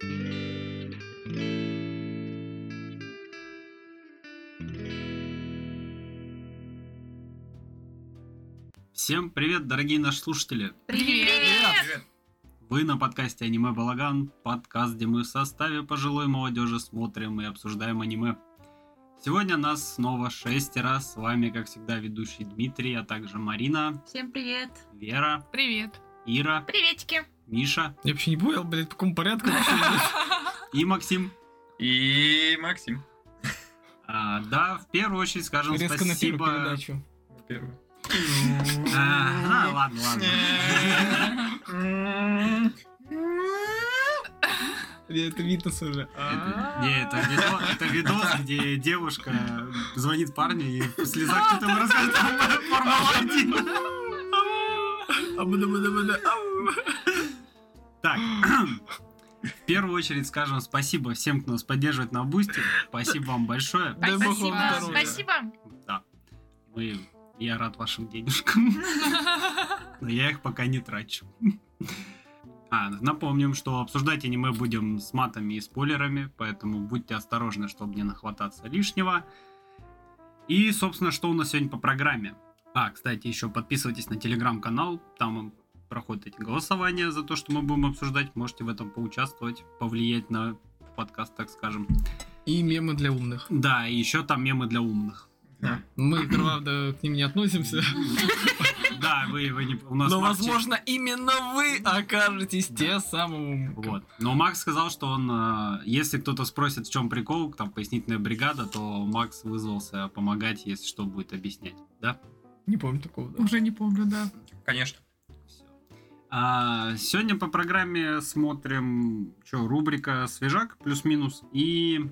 Всем привет, дорогие наши слушатели! Привет! Вы на подкасте «Аниме Балаган», подкаст, где мы в составе пожилой молодежи смотрим и обсуждаем аниме. Сегодня нас снова 6. С вами, как всегда, ведущий Дмитрий, а также Марина. Всем привет! Вера. Привет! Ира. Приветики! Миша. Я вообще не понял, блядь, по какому порядку. И Максим. И Максим. Да, в первую очередь скажем Резко на первую спасибо. передачу. Первый. Ладно. Это видно уже. Это видос, где девушка звонит парню и в слезах что-то ему рассказывает про Формулу-1. Так, в первую очередь скажем спасибо всем, кто нас поддерживает на Бусти. Спасибо вам большое. Дай бог вам здоровья. Спасибо! Да. Я рад вашим денежкам. Но я их пока не трачу. Напомним, что обсуждать аниме будем с матами и спойлерами, поэтому будьте осторожны, чтобы не нахвататься лишнего. И, собственно, что у нас сегодня по программе. Кстати, еще подписывайтесь на телеграм-канал, там проходят эти голосования за то, что мы будем обсуждать. Можете в этом поучаствовать, повлиять на подкаст, так скажем. И мемы для умных. Да, и еще там мемы для умных. Мы, правда, к ним не относимся. Да, вы не... У нас Но, Макс... возможно, именно вы окажетесь те самые... Вот. Но Макс сказал, что он, если кто-то спросит, в чем прикол, там, пояснительная бригада, то Макс вызвался помогать, если что, будет объяснять. Да? Не помню такого, да. Уже не помню, да. Конечно. Сегодня по программе смотрим, рубрика «Свежак» плюс-минус и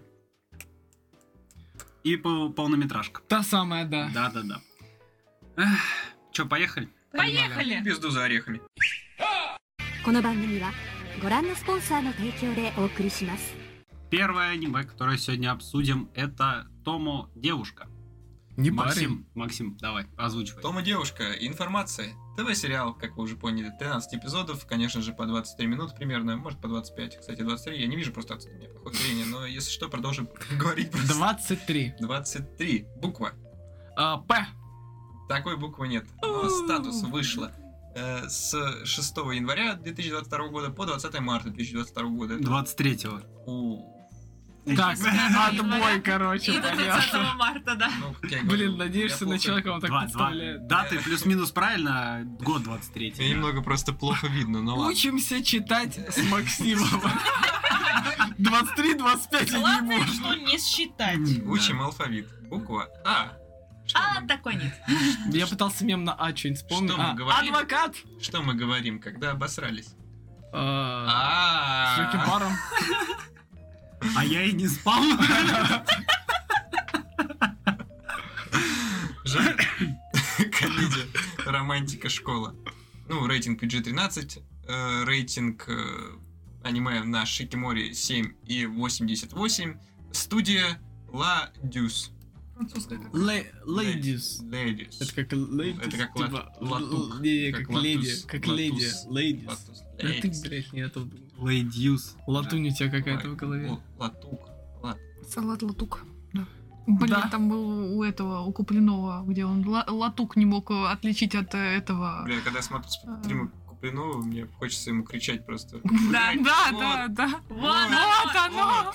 полнометражка. Та самая, да. Да. Поехали? Поехали! Пизду за орехами. この番組はご覧のスポンサーの提供でお送りします。 Первое аниме, которое сегодня обсудим, это Томо Девушка. Не парень. Максим, давай, озвучивай. Тома девушка. Информация. ТВ-сериал, как вы уже поняли, 13 эпизодов, конечно же, по 23 минуты примерно, может по 25. Кстати, 23, я не вижу просто отсюда, у меня плохое зрение, но если что, продолжим говорить просто. 23. 23. Буква. П. Такой буквы нет. Но статус вышло с 6 января 2022 года по 20 марта 2022 года. 23-го. Так, отбой, короче, И до 30 понятно. марта, да. Блин, надеешься на человека, он так представляет. Даты плюс-минус правильно, год 23. Мне немного просто плохо видно, но ладно. Учимся читать с Максимом. 23-25 и не Главное, можешь. что не считать. Учим алфавит. Буква А. Что мы- Такой нет. Я пытался мем на А что-нибудь вспомнить. Что мы говорим? Адвокат! Что мы говорим, когда обосрались? С легким паром. А я и не спал. Жаль. Комедия, романтика, школа. Рейтинг PG-13, рейтинг аниме на Шикимори 7,88. Студия La Deuce. Французская. Ladies. Ladies. Это как ladies. Это как типа, латук. Не, Как как леди. латус. Как Латус. леди. Ladies. Латус. Да ты, Ladies. блядь, не это. Лейдьюз. Латунь у тебя какая-то в голове. Латук. Салат латук. Да. Блин, Да. там был у Куплинова, где он латук не мог отличить от этого. Бля, когда я смотрю стримы Куплинова, мне хочется ему кричать просто. Да, Блядь, да, вот. да, да. Вот оно!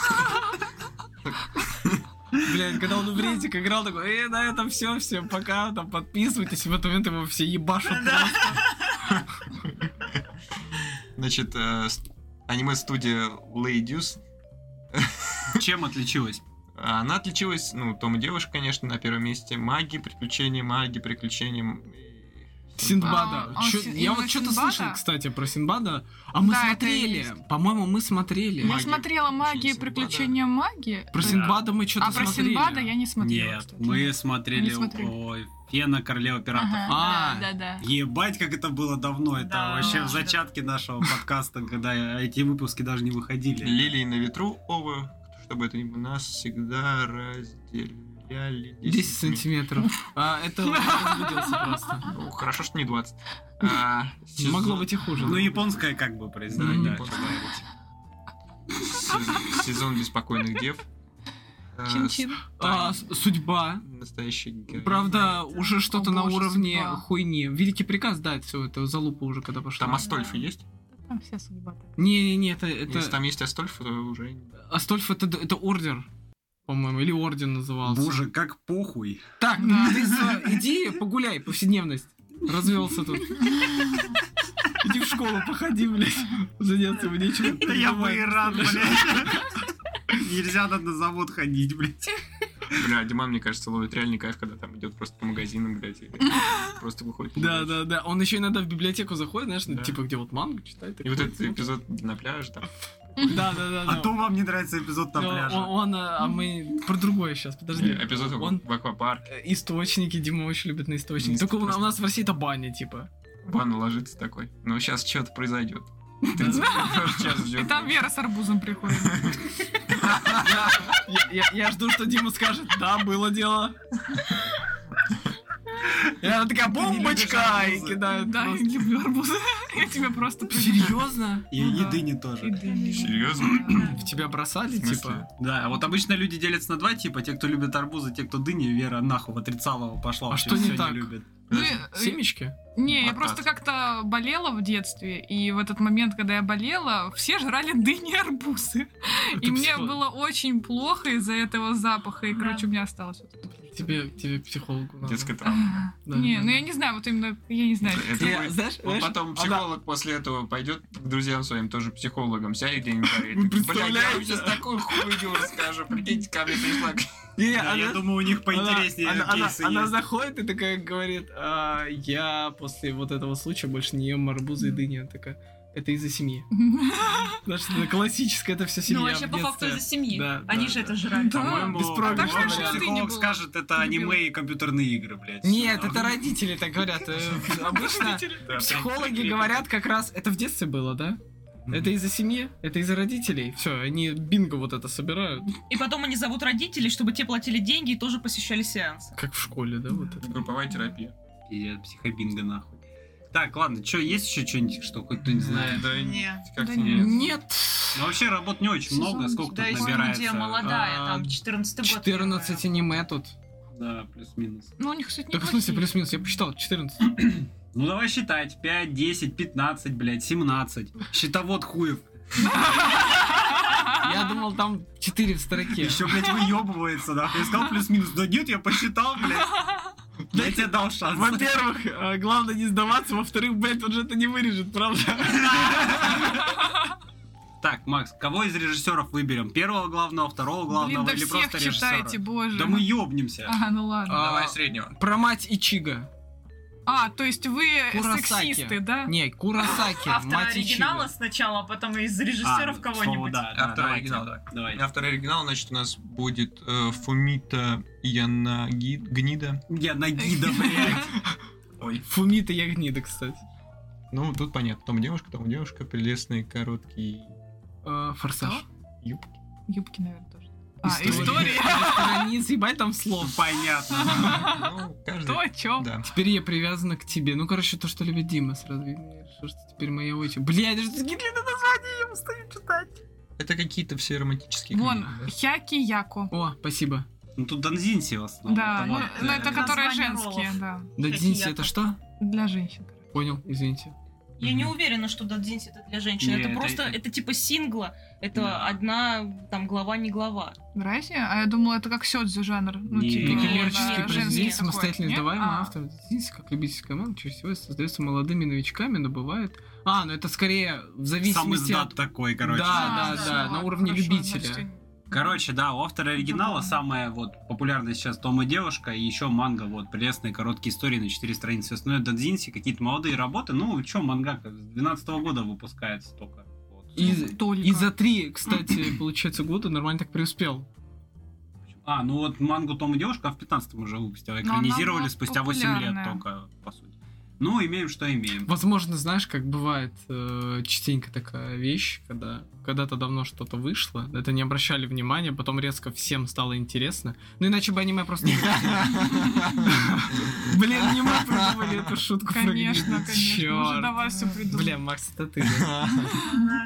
Блядь, когда он в Редик играл, такой, на этом все, всем пока, там подписывайтесь, и в этот момент его все ебашут просто. Значит, аниме-студия Ladies. Чем отличилась? Она отличилась, Тома девушка, конечно, на первом месте. Маги, приключения. Синдбада. Я вот что-то слышал, кстати, про Синдбада. А мы Да, это смотрели. есть. По-моему, мы смотрели. Я смотрела «Магия и Синдбада. приключения магии». Про Синдбада мы что-то А про смотрели. Синдбада я не смотрела. Нет, кстати. мы смотрели Не смотрели. Фена, Королева пиратов. Да. Ебать, как это было давно. Это Да. вообще в зачатке нашего подкаста, когда эти выпуски даже не выходили. Lily на ветру, Ова, чтобы это ни было, нас всегда разделяли 10 сантиметров. Это увиделся просто. Хорошо, что не 20. Могло быть и хуже. Ну, японская как бы произведение. Да, да, японская. что говорить. Сезон беспокойных дев. Чин-чин. Судьба. Настоящий герой. Правда, уже что-то на боже, уровне судьба. хуйни. Великий приказ, да, все это залупа уже когда пошла. Там Астольфы есть? Там вся судьба такая. Не, Если это... там есть Астольфы, то уже... Астольф это ордер, по-моему, или орден назывался. Боже, как похуй. Так, Да. ты иди погуляй, повседневность. Развелся тут. Иди в школу, походи, блядь. Заняться ему нечем. Да я бы и рад, блядь. Нельзя надо на завод ходить, блядь. Бля, Диман, мне кажется, ловит реальный кайф, когда там идет просто по магазинам, блядь, и просто выходит. Да. Он еще иногда в библиотеку заходит, знаешь, Да. типа, где вот манго читает. И вот этот эпизод на пляже там. Да. А то вам не нравится эпизод на Но пляже. мы про другое сейчас, подожди. Эпизод Он в аквапарке. источники, Дима очень любит на источники. Только у нас в России это баня, типа. В ванну ложится такой. Ну, сейчас что-то произойдет. Сейчас И ждет. там Вера с арбузом приходит. Я жду, что Дима скажет, да, было дело. И она такая, бомбочка! И кидает Да, я просто. люблю арбузы. Я тебе просто... Серьезно? И Ну да. дыни тоже. И дыни. Серьезно? В тебя бросали, В смысле? типа? Да, а вот обычно люди делятся на два типа. Те, кто любит арбузы, те, кто дыни. Вера нахуй в отрицалово пошла. А вообще что не всё так? любит. Ну, Семечки? Не, я Подкат. просто как-то болела в детстве, и в этот момент, когда я болела, все жрали дыни и арбузы. И мне было очень плохо из-за этого запаха, и, короче, у меня осталось вот это. Тебе психологу надо. Детская травма. Да, Не, да. ну я не знаю, вот именно, я не знаю. Это Я, вы- знаешь, Вот потом психолог после этого пойдет к друзьям своим, тоже психологам, сядет и не говорит. Вы Бля, я вам представляете? сейчас такую хуйню расскажу. Прикиньте, ко мне пришла. Не, Да, я думаю, у них поинтереснее кейсы она есть. заходит и такая говорит, я после вот этого случая больше не ем арбузы и дыни. Она такая, это из-за семьи. Знаешь, это классическое, это все семья. Ну, вообще, в по факту детстве. из-за семьи. Да, Они да, же да. это жрали. Да. По-моему, Беспроигрышный Так что по-моему, что ты не психолог было? скажет, это аниме и компьютерные игры, блядь. Нет, Всё. это родители так говорят. Обычно Да, психологи прям- говорят как раз, это в детстве было, да? Это из-за семьи, это из-за родителей. Все, они бинго вот это собирают. И потом они зовут родителей, чтобы те платили деньги и тоже посещали сеансы. Как в школе, да, вот это. Групповая терапия. Пиздец, психобинго нахуй. Так, ладно, что, есть еще что-нибудь, что хоть кто не знает? Да, Не. как-то Да нет. Нет. Ну, вообще, работ не очень много, сколько Да, и тут набирается? студия молодая, А, там 14-й год. 14 аниме тут. Да, плюс-минус. Ну, у них, кстати, Так в смысле неплохие. плюс-минус, я посчитал, 14. Ну, давай считать. 5, 10, 15, блядь, 17. Счетовод хуев. Я думал, там 4 в строке. Еще, блядь, выебывается, да. Я сказал плюс-минус. Да нет, я посчитал, блядь. Я тебе дал шанс. Во-первых, главное не сдаваться, во-вторых, блядь, он же это не вырежет, правда? Так, Макс, кого из режиссеров выберем? Первого главного, второго Блин, главного да или всех просто режиссера? читайте, боже. Да мы ёбнемся. Ага, ну ладно. Давай среднего. Про мать Ичиго. То есть вы сексисты, да? Не, Куросаки, Автор мать оригинала Ичиго. сначала, а потом из режиссеров кого-нибудь. Да, Автор давайте. оригинала, давай. Давай. Автор оригинала, значит, у нас будет Фумита Янагида. Я Нагида, блядь. Ой. Фумита Ягнида, кстати. Ну, тут понятно. Там девушка, прелестные, короткие Форсаж. юбки. Юбки, наверное, тоже. История. История. Страниц, ебать, там слов. Понятно. Ну, каждый... То, о чем? Да. Теперь я привязана к тебе. Ну, короче, то, что любит Дима, сразу видно. Что теперь моя очередь. Блядь, это же гитлерное название, я устаю читать. Это какие-то все романтические Вон, комедии, да? Хяки Яко. О, спасибо. Ну тут Донзинси в основном. Да, Это ну, вот, ну, это которые Название женские, роллов. да. Да, Какие Динси, Яко? это что? Для женщин. короче. Понял, извините. Я не уверена, что Додзинси это для женщин. Не, это это- просто, это типа сингла. Это Да. одна, там, глава, не глава. Разве? А я думала, это как сёдзю жанр. Ну, Не, типа, Некоммерческий да, женский произведение, такой. самостоятельно Нет? издаваемый А. автор Динси, как любительская манга, чаще всего создается молодыми новичками, но бывает... ну это скорее в Сам зависимости издат от... такой, короче. Да, всё, на ладно, уровне хорошо, любителя. значит, Короче, да, у автора оригинала Да. самая вот популярная сейчас Том и девушка, и еще манга, вот, прелестные короткие истории на 4 страницы. Все остальное Додзинси, какие-то молодые работы. Ну, что, манга с 12 года выпускается только. Вот. Только. И за 3, кстати, получается, года нормально так преуспел. Ну вот мангу Том и девушка в 15-м уже выпустила. Но она Экранизировали была спустя 8 лет популярная. только, по сути. Ну, имеем, что имеем. Возможно, знаешь, как бывает частенько такая вещь, когда когда-то давно что-то вышло, это не обращали внимания, потом резко всем стало интересно. Ну, иначе бы аниме просто... Блин, не мы придумали эту шутку. Конечно, конечно. Уже Чёрт. давай все придумаем. Бля, Макс, это ты. Да?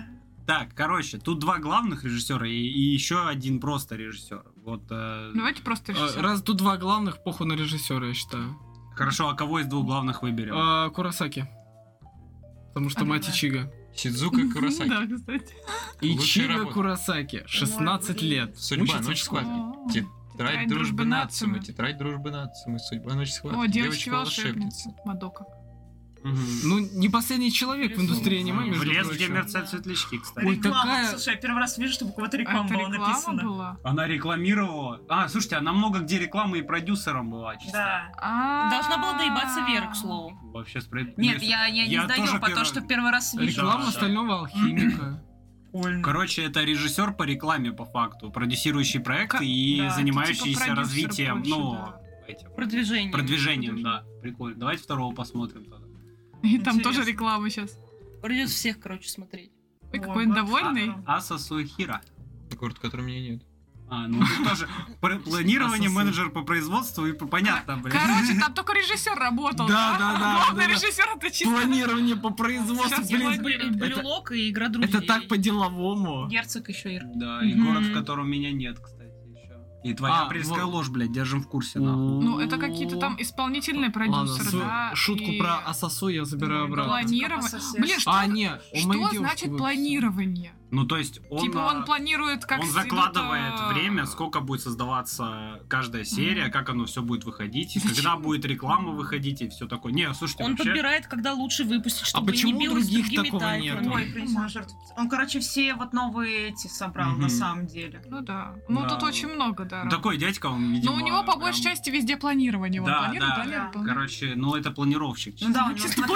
Так, короче, тут 2 главных режиссера и еще один просто режиссер. Вот. Давайте просто режиссер. Раз тут 2 главных, похуй на режиссера, я считаю. Хорошо, а кого из 2 главных выберем? Куросаки. Потому что мать Ичиго. Сидзука Куросаки. Да, кстати. Лучшая Ичиго работа. Куросаки. 16 лет. Судьба, Учится ночь в школе. схватки. Тетрадь Тетрадь дружбы дружбы Нацумы. Нацумы. Тетрадь дружбы Нацумы. Судьба, ночь схватки. О, девочки Девочка-волшебница. волшебницы. Мадока. Мгм. Ну, не последний человек в индустрии аниме, В между лес, где прочим. мерцают светлячки, кстати. Ой, Реклама. такая- Слушай, я первый раз вижу, чтобы у кого-то А реклама это была реклама написана. была? Она рекламировала. Слушайте, она много где рекламы и продюсером была, честно. Да. Должна была доебаться Вера, к слову. Вообще справедливо. Нет, я не Я сдаю, тоже потому первый- что первый раз вижу. Реклама Да. стального алхимика. Прикольно. Короче, это режиссер по рекламе, по факту, продюсирующий проекты и Да, это занимающийся типа продюсер развитием, больше, ну, да. этим, Продвижение. продвижением, да. Прикольно. Давайте второго посмотрим тогда. И там Интересно. тоже реклама сейчас. Придется всех, короче, смотреть. Ой, Ой, какой он вот довольный. так. Аса Суэхира. Город, который у меня нет. Ну тут тоже планирование, Асасу. менеджер по производству и понятно, блин. Короче, там только режиссер работал. Да, да, да, Главный да, да. режиссер это чисто. Планирование по производству, Сейчас блин. Блюлок и игра друзей. Это так по-деловому. Герцог еще и... Да, и Мгм. город, в котором меня нет, кстати, еще. И твоя апрельская вот. ложь, блядь, держим в курсе, нахуй. Ну, это какие-то там исполнительные Ладно, продюсеры, да. шутку и про Асасу я забираю обратно. Планирование. По соседству. Блин, что, Не, у моей что девушки значит выпустили. планирование? Ну, то есть он... Типа он планирует, как он идут, закладывает время, сколько будет создаваться каждая серия, как оно все будет выходить, и когда будет реклама выходить, и все такое. Не, слушайте, Он вообще... подбирает, когда лучше выпустить, чтобы почему не билось с других другими такого тайтлами. нету? Ой, принесла жертву. Он, короче, все вот новые эти собрал Мгм. на самом деле. Ну да. Ну Да. тут очень много, да. Такой дядька, он, видимо... Но у него по большей прям- части везде планирование. Он Да, планирует, да. планирует, планирует. Короче, ну это планировщик. Ну да, у него, Чисто смотри,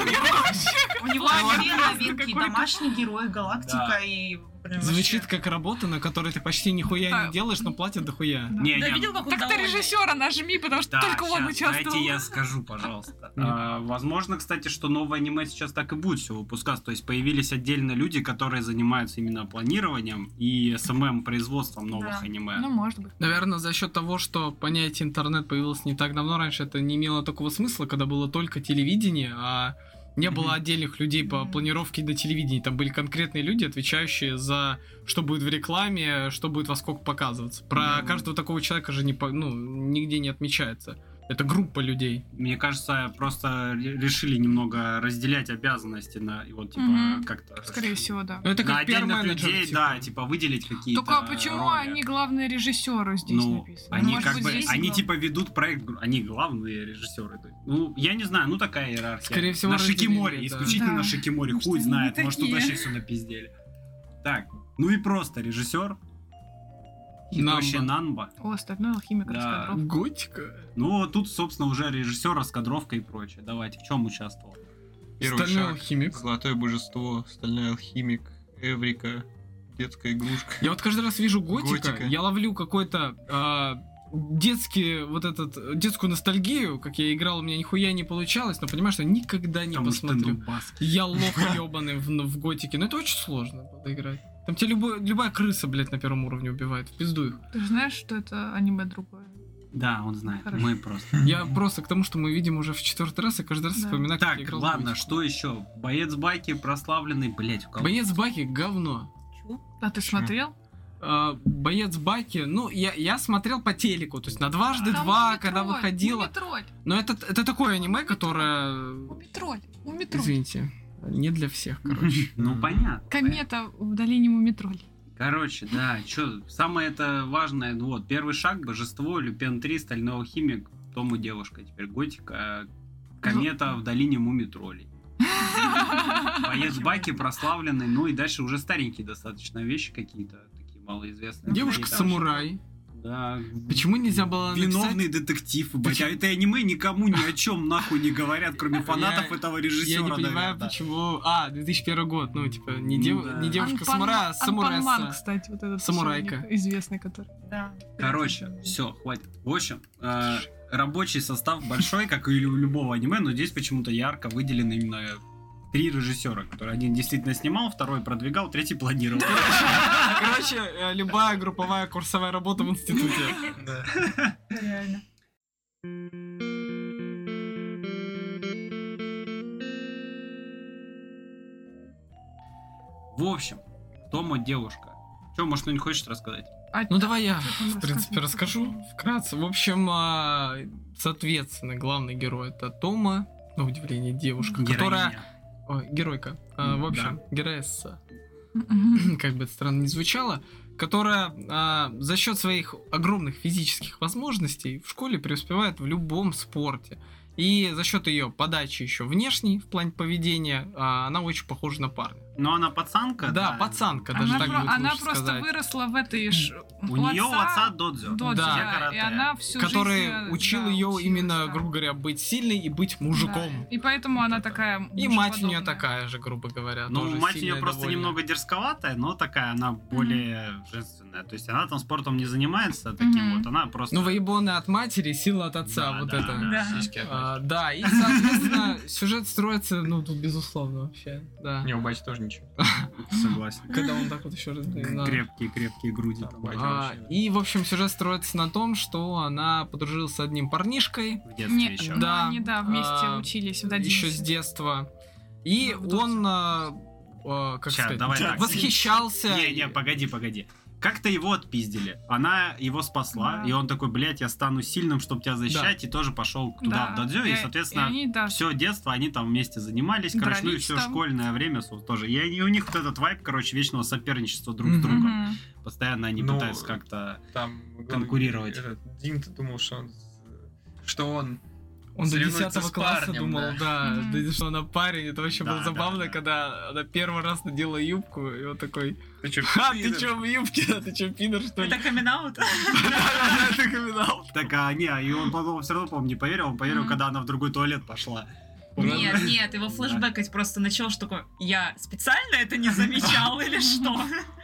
у него Планер две просто новинки: какой-то. Домашний герой, Галактика Да. и... блин, Звучит вообще. как работа, на которой ты почти нихуя Да. не делаешь, но платят дохуя. Не, Да, не, видел, как он Так ты довольный? режиссера нажми, потому что Да, только он щас, участвовал. дайте я скажу, пожалуйста. Возможно, кстати, что новое аниме сейчас так и будет все выпускаться. То есть появились отдельно люди, которые занимаются именно планированием и СММ производством новых Да. аниме. Ну, может быть. Наверное, за счет того, что понятие интернет появилось не так давно, раньше это не имело такого смысла, когда было только телевидение, а не было отдельных людей по планировке до телевидения. Там были конкретные люди, отвечающие за что будет в рекламе, что будет во сколько показываться. Про Да. каждого такого человека же нигде не отмечается. Это группа людей. Мне кажется, просто решили немного разделять обязанности на и вот типа Мгм. как-то Скорее всего, да. Ну, это на как отдельных пиар-менеджер, людей, типа. да, типа выделить какие-то. Только почему роли. они главные режиссеры здесь Ну, написаны? они Может как быть, бы, здесь они глав- типа ведут проект, они главные режиссеры. Ну, я не знаю, ну такая иерархия. Скорее всего, на разделили, Шикиморе, да. исключительно Да. на Шикиморе, Потому хуй что они знает, не может тут такие. вообще все напиздели. Так, ну и просто режиссер. Намба. Вообще Нанба. О, остальное алхимик Да. раскадровка. Готика. Ну, тут, собственно, уже режиссер, раскадровка и прочее. Давайте, в чем участвовал? Первый Стальной шаг. алхимик. Золотое божество, стальной алхимик, Эврика, детская игрушка. Я вот каждый раз вижу готика, Готика. я ловлю какой-то детскую ностальгию, как я играл, у меня нихуя не получалось, но понимаю, что никогда не Потому что посмотрю. нубас. Я лох ебаный в готике, но это очень сложно было играть. Там тебя любая крыса, блядь, на первом уровне убивает, в пизду их. Ты же знаешь, что это аниме другое? Да, он знает. Хорошо. Мы просто. Я просто к тому, что мы видим уже в 4-й раз, и каждый раз Да. вспоминаю, как Так, я играл в ладно, готику. что еще? Боец байки прославленный, блять, у кого? Боец Баки говно. Чего? А ты смотрел? Боец Баки, ну, я смотрел по телеку, то есть на дважды Там два, Мумитроль, когда выходило. Мумитроль, Но это такое аниме, которое... Мумитроль, Мумитроль. Извините, не для всех, короче. Ну, понятно. Комета в долине Мумитроль. Короче, да, что, самое это важное, ну вот, первый шаг, божество, Люпен 3, стальной алхимик, Том и девушка, теперь готика, комета в долине мумитролей. Боец Баки прославленный, ну и дальше уже старенькие достаточно вещи какие-то, такие малоизвестные. Девушка-самурай. Да. Почему нельзя было Виновный детектив, блядь, а это аниме никому ни о чем нахуй не говорят, кроме фанатов Я- этого Я режиссера. не понимаю, наверное. почему... 2001 год, ну, типа, не Ну да. девушка-самурай, а самурайса. Анпанман, кстати, вот этот Самурайка. еще у них известный, который. Да. Короче, все, хватит. В общем, рабочий состав большой, как и у любого аниме, но здесь почему-то ярко выделены именно 3 режиссера, которые один действительно снимал, второй продвигал, третий планировал. Короче, любая групповая курсовая работа в институте. Реально. В общем, Тома девушка. Че, может, что-нибудь хочешь рассказать? Ну давай я, Что там в принципе, расскажу вкратце. В общем, соответственно, главный герой это Тома, на удивление девушка, которая... Героиня. Ой, геройка. В общем, героесса. Мгм. Как бы это странно не звучало, которая за счет своих огромных физических возможностей в школе преуспевает в любом спорте. И за счет ее подачи еще внешней в плане поведения она очень похожа на парня. Но она пацанка. Да, пацанка, даже Она, так будет она лучше просто сказать. выросла в этой У нее у отца додзё. додзё, Да. да, карате. и она всю Который жизнь, учил да, ее училась, именно, да. грубо говоря, быть сильной и быть мужиком. Да. И поэтому она такая И мать у нее мужеподобная. такая же, грубо говоря. Ну, тоже мать у нее сильная просто довольно. немного дерзковатая, но такая она более женственная. То есть она там спортом не занимается таким Мгм. вот, она просто... Ну, воебоны от матери, сила от отца, Да, вот да, это. да. Сиськи от Да, и, соответственно, сюжет строится, ну, тут безусловно вообще, да. Не, у бати тоже ничего. Согласен. Когда он так вот еще раз... да. Крепкие груди. Да, там. батя. И, в общем, сюжет строится на том, что она подружилась с одним парнишкой, В детстве Не, еще. ну, Да. они, да, вместе А, учились в еще с Додзисе. детства. И Да, в он, как Ща, сказать, давай так. восхищался... Не, погоди. Как-то его отпиздили. Она его спасла, Да. и он такой, блядь, я стану сильным, чтобы тебя защищать, и тоже пошел туда, в додзё, и, соответственно, они, да, все детство они там вместе занимались, короче, ну и Дрались все там. школьное время тоже. И у них вот этот вайб, короче, вечного соперничества друг с Мгм. другом. Мгм. Постоянно они Ну, пытаются как-то... Там Конкурировать. Дим-то думал, что он Он до соревнуется 10 с класса парнем, думал, да, Мгм. что она парень. Это вообще Да, было забавно, да. когда она первый раз надела юбку, и он такой, Ты чё, ха, ты пидор?» чё в юбке? Ты чё, пидор, что ли? Это камин-аут? Да-да-да, это камин-аут. Так, и он потом все равно, по-моему, не поверил. Он поверил, Мгм. когда она в другой туалет пошла. Нет, его флешбекать просто начал, что такое, я специально это не замечал или что?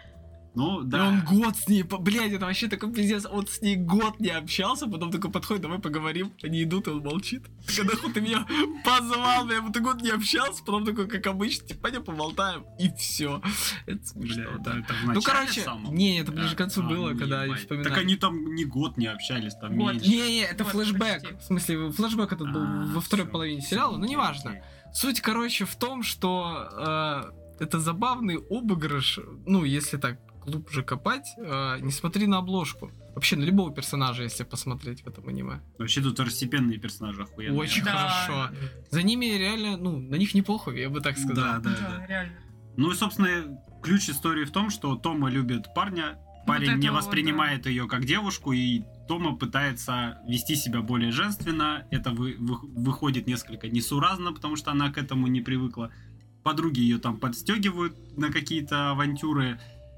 Ну, И да. он год с ней, блядь, это вообще такой пиздец, он с ней год не общался, потом такой подходит, давай поговорим, они идут, и он молчит. Когда ты меня позвал, я ему год не общался, потом такой, как обычно, типа, пойдем поболтаем, и все. Это смешно, Бля, да. это в Ну, начале короче, самом? не, это ближе к концу А, было, ну, когда они ебать. вспоминали. Так они там не год не общались, там Год. меньше. Не, это Вот, флешбэк. почти. В смысле, флешбэк этот был во второй всё, половине всё, сериала, но окей, неважно. окей. Суть, короче, в том, что это забавный обыгрыш, ну, если так глубже копать, не смотри на обложку. Вообще на любого персонажа, если посмотреть в этом аниме. Вообще тут второстепенные персонажи охуенные. Очень Да. хорошо. За ними реально, ну, на них не похуй, я бы так сказал. Да. реально. Ну и, собственно, ключ истории в том, что Тома любит парня, парень Вот не это вот, воспринимает ее как девушку, и Тома пытается вести себя более женственно. Это выходит несколько несуразно, потому что она к этому не привыкла. Подруги ее там подстегивают на какие-то авантюры.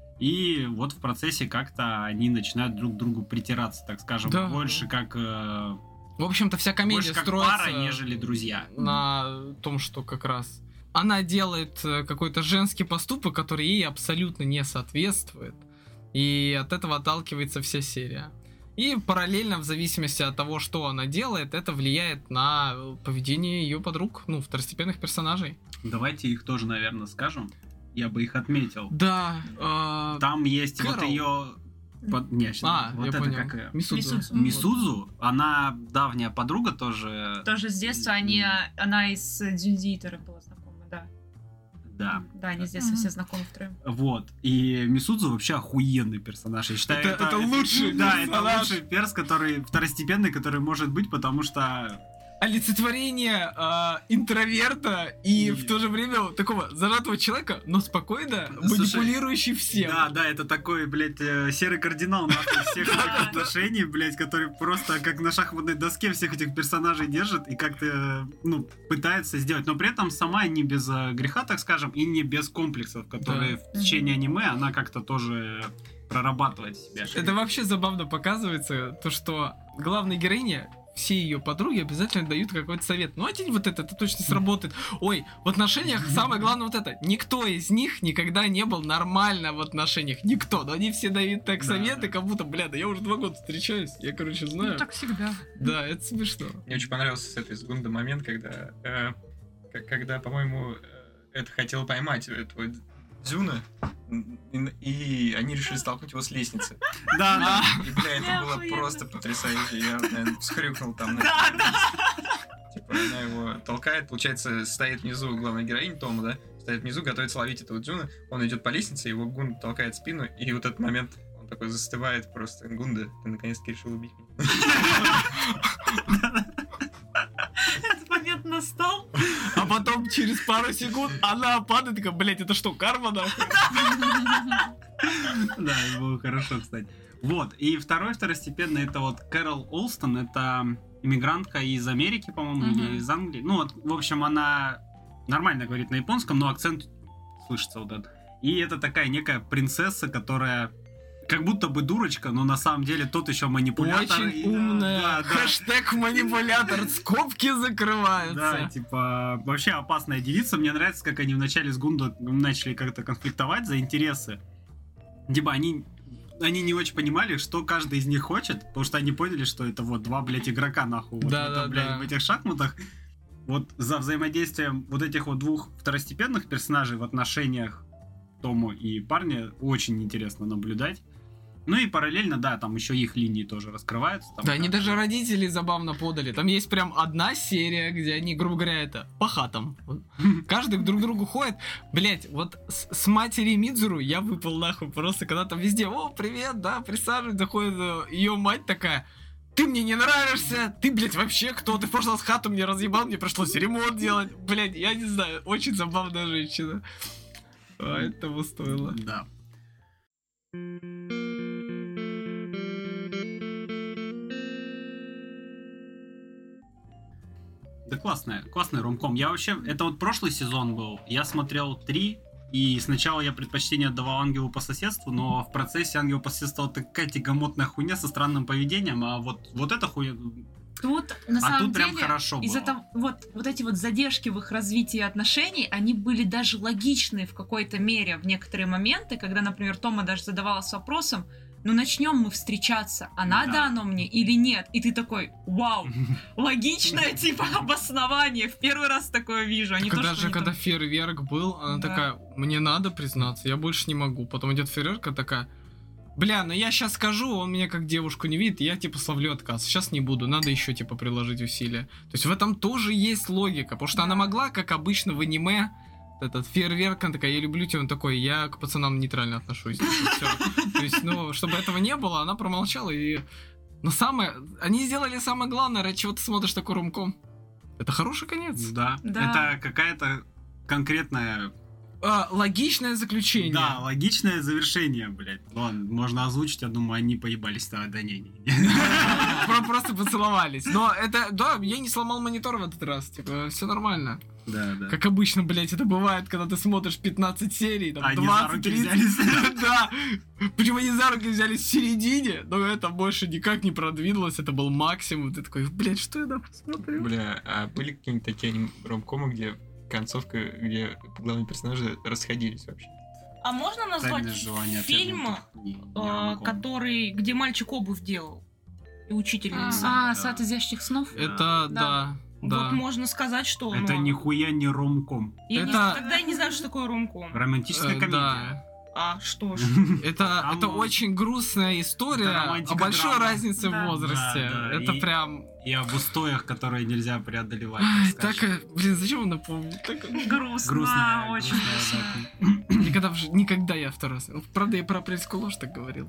И вот в процессе как-то они начинают друг к другу притираться, так скажем, Да. больше как В общем-то, вся комедия больше как строится пара, нежели друзья. на том, что как раз она делает какой-то женский поступок, который ей абсолютно не соответствует. И от этого отталкивается вся серия. И параллельно, в зависимости от того, что она делает, это влияет на поведение ее подруг, ну, второстепенных персонажей. Давайте их тоже, наверное, скажем. Я бы их отметил. Да. Там есть вот Кэрол. ее... вот я это понял. как... Мисудзу. Мисудзу. Мисудзу, она давняя подруга тоже. Тоже с детства она из Дзюнзитера была знакома, да. Да. Да, они с детства все знакомы втроем. Вот. И Мисудзу вообще охуенный персонаж. Я считаю, Это лучший Да, это персонаж. лучший перс, который второстепенный, который может быть, потому что... Олицетворение интроверта и И- в то же время такого зажатого человека, но спокойно Слушай, манипулирующий всем. Да, это такой, блядь, серый кардинал нахуй всех этих отношений, блядь, который просто как на шахматной доске всех этих персонажей держит и как-то, ну, пытается сделать. Но при этом сама не без греха, так скажем, и не без комплексов, которые в течение аниме она как-то тоже прорабатывает себя. Это вообще забавно показывается, то, что главная героиня, все ее подруги обязательно дают какой-то совет. Ну, один вот это точно сработает. Ой, в отношениях самое главное вот это. Никто из них никогда не был нормально в отношениях. Никто. Но они все дают так Да, советы, да. как будто, бля, да я уже 2 года встречаюсь. Я, короче, знаю. Ну, так всегда. Да, это смешно. Мне очень понравился с этой Гунда момент, когда, по-моему, это хотел поймать этого Дзюна, и они решили столкнуть его с лестницы. Да. И, бля, это было Охуенно. просто потрясающе. Я, наверное, всхрюкнул там. Типа, она его толкает, получается, стоит внизу главная героиня Тома, да? стоит внизу, готовится ловить этого Дзюна, он идет по лестнице, его Гунда толкает в спину, и вот этот момент он такой застывает просто. Гунда, ты наконец-таки решил убить меня. Этот момент настал. А потом через пару секунд она падает, такая, блять, это что, карма, нахуй? Да, это было хорошо, кстати. Вот, и второй второстепенный, это вот Кэрол Олстон, это иммигрантка из Америки, по-моему, или из Англии. Ну, вот, в общем, она нормально говорит на японском, но акцент слышится вот этот. И это такая некая принцесса, которая как будто бы дурочка, но на самом деле тот еще манипулятор. Очень умная. Да. Хэштег манипулятор. Скобки закрываются. Да, типа, вообще опасная девица. Мне нравится, как они вначале с Гундо начали как-то конфликтовать за интересы. Типа, они не очень понимали, что каждый из них хочет, потому что они поняли, что это вот два, блядь, игрока, нахуй. Вот, Да. в этих шахматах. Вот за взаимодействием вот этих вот двух второстепенных персонажей в отношениях Томо и парня очень интересно наблюдать. Ну и параллельно, да, там еще их линии тоже раскрываются. Там Да, они даже родители забавно подали. Там есть прям одна серия, где они, грубо говоря, это по хатам. Каждый друг к другу ходит. Блять, вот с матери Мидзуру я выпал нахуй просто, когда там везде, о, привет, да, присаживай, заходит ее мать такая, ты мне не нравишься, ты, блядь, вообще кто? Ты в прошлый раз хату мне разъебал, мне пришлось ремонт делать. Блядь, я не знаю, очень забавная женщина. А этого стоило. Да. Да классный ромком. Я вообще, это вот прошлый сезон был, я смотрел 3, и сначала я предпочтение отдавал Ангелу по соседству, но в процессе Ангел по соседству вот такая тягомотная хуйня со странным поведением, а вот эта хуйня... Тут, на самом тут деле, прям хорошо из-за было. того, вот эти вот задержки в их развитии отношений, они были даже логичны в какой-то мере в некоторые моменты, когда, например, Тома даже задавалась вопросом, ну начнем мы встречаться, а надо Да. оно мне или нет? И ты такой, вау, логичное типа обоснование, в первый раз такое вижу. А не то, Когда что же, они когда там- фейерверк был, она Да. такая, мне надо признаться, я больше не могу. Потом идет фейерверк, она такая, бля, ну я сейчас скажу, он меня как девушку не видит, я типа словлю отказ. Сейчас не буду, надо еще типа приложить усилия. То есть в этом тоже есть логика, потому что она могла, как обычно в аниме, этот фейерверк, она такая, я люблю тебя, он такой, я к пацанам нейтрально отношусь. Всё. То есть, ну, чтобы этого не было, она промолчала и... Но они сделали самое главное, ради чего ты смотришь такой ромком. Это хороший конец. Да. Да. Это какая-то конкретная... Логичное заключение. Да, логичное завершение, блядь. Ладно, можно озвучить, я думаю, они поебались тогда. Да не. Просто поцеловались. Но это, да, я не сломал монитор в этот раз. Типа, все нормально. Да. Как обычно, блядь, это бывает, когда ты смотришь 15 серий, там, Они за 20, руки 30. взялись. Да. Причем они за руки взялись в середине, но это больше никак не продвинулось. Это был максимум. Ты такой, блядь, что я там посмотрю? Бля, а были какие-нибудь такие ромкомы, где концовка, где главные персонажи расходились вообще? А можно назвать Тайное желание фильм, отвергнутых. Не ромком. который, где мальчик обувь делал? И учительница. Да. Сад изящных снов? Это, да. Вот можно сказать, что... Это ну, нихуя не ромком. я не- это- Тогда я не знаю, что такое ромком. Романтическая комедия. Да. А, что ж. Это Там- очень грустная история Это о романтика, большой драма. разнице Да. в возрасте. Да, Это и- прям... И об устоях, которые нельзя преодолевать. Ай, так так, скажем. блин, зачем он напомнил? Грустно, Грустная, очень грустная, грустно. Никогда я второй раз... Правда, я про апрельскую ложь так говорил.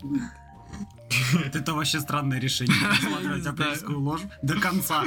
Это вообще странное решение. Смотреть знаю. апрельскую ложь до конца.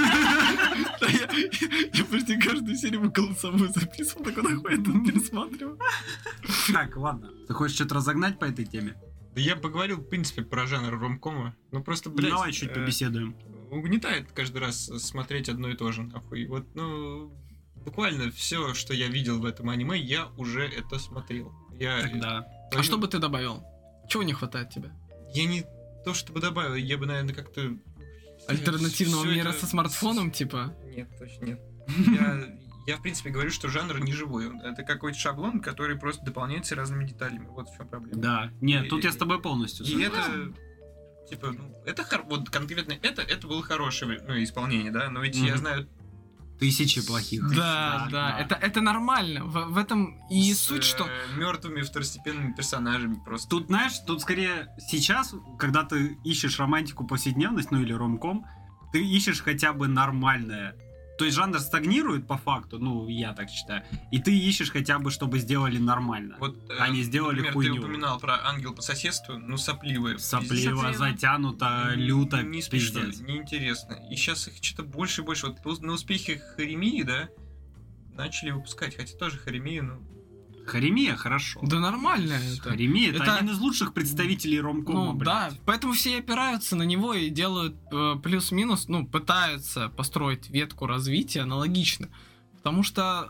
Я почти каждую серию голосовую записывал, так нахуй я тут пересматриваю. Так, ладно. Ты хочешь что-то разогнать по этой теме? Да я поговорил, в принципе, про жанр ромкома. Ну просто, блядь, Давай чуть побеседуем. угнетает каждый раз смотреть одно и то же, нахуй. Вот, ну, буквально все, что я видел в этом аниме, я уже это смотрел. Тогда. А что бы ты добавил? Чего не хватает тебе? Я не то чтобы добавил, я бы, наверное, как-то... Альтернативного всё мира это- со смартфоном, типа? Нет, точно нет. Я, в принципе, говорю, что жанр не живой. Это какой-то шаблон, который просто дополняется разными деталями. Вот в чем проблема. Да. Нет, тут я с тобой полностью И согласен. это... Типа, ну, это вот конкретно это было хорошее исполнение, да, но ведь я Мгм. знаю Тысячи плохих. Да. Это нормально. В этом и суть, что... мертвыми второстепенными персонажами просто. Тут, знаешь, тут скорее сейчас, когда ты ищешь романтику повседневность, ну или ромком, ты ищешь хотя бы нормальное. То есть жанр стагнирует по факту, ну, я так считаю. И ты ищешь хотя бы, чтобы сделали нормально. Вот, Они сделали например, хуйню. ты упоминал про «Ангел по соседству», ну, сопливые. Сопливо, затянуто, люто, Не смешно, пиздец. неинтересно. И сейчас их что-то больше и больше. Вот на успехе Харемии, да, начали выпускать. Хотя тоже Харемия, ну... Харемия хорошо. Да нормально это. Харемия это Это- один из лучших представителей ромкома, Ну да, блядь. поэтому все опираются на него и делают плюс-минус, ну, пытаются построить ветку развития аналогично. Потому что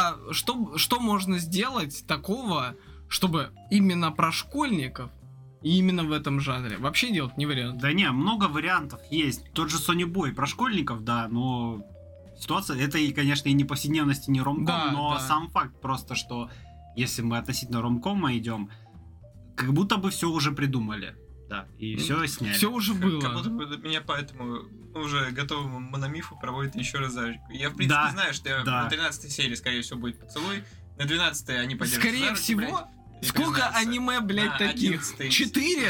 что можно сделать такого, чтобы именно про школьников и именно в этом жанре вообще делать не вариант. Да не, много вариантов есть. Тот же Sony Boy про школьников, да, но ситуация, это и, конечно, и не повседневность, и не ромком, Да, но да. сам факт просто, что если мы относительно ромкома идем, как будто бы все уже придумали. Да, и все сняли. Все уже Как было. будто бы меня поэтому уже готовому мономифу проводят еще раз зажику. Я, в принципе, Да, знаю, что да. на 13 серии, скорее всего, будет поцелуй. На 12 они подержат Скорее за руки, всего, блядь, и сколько признаются. аниме, блядь, На таких? 11-й 4?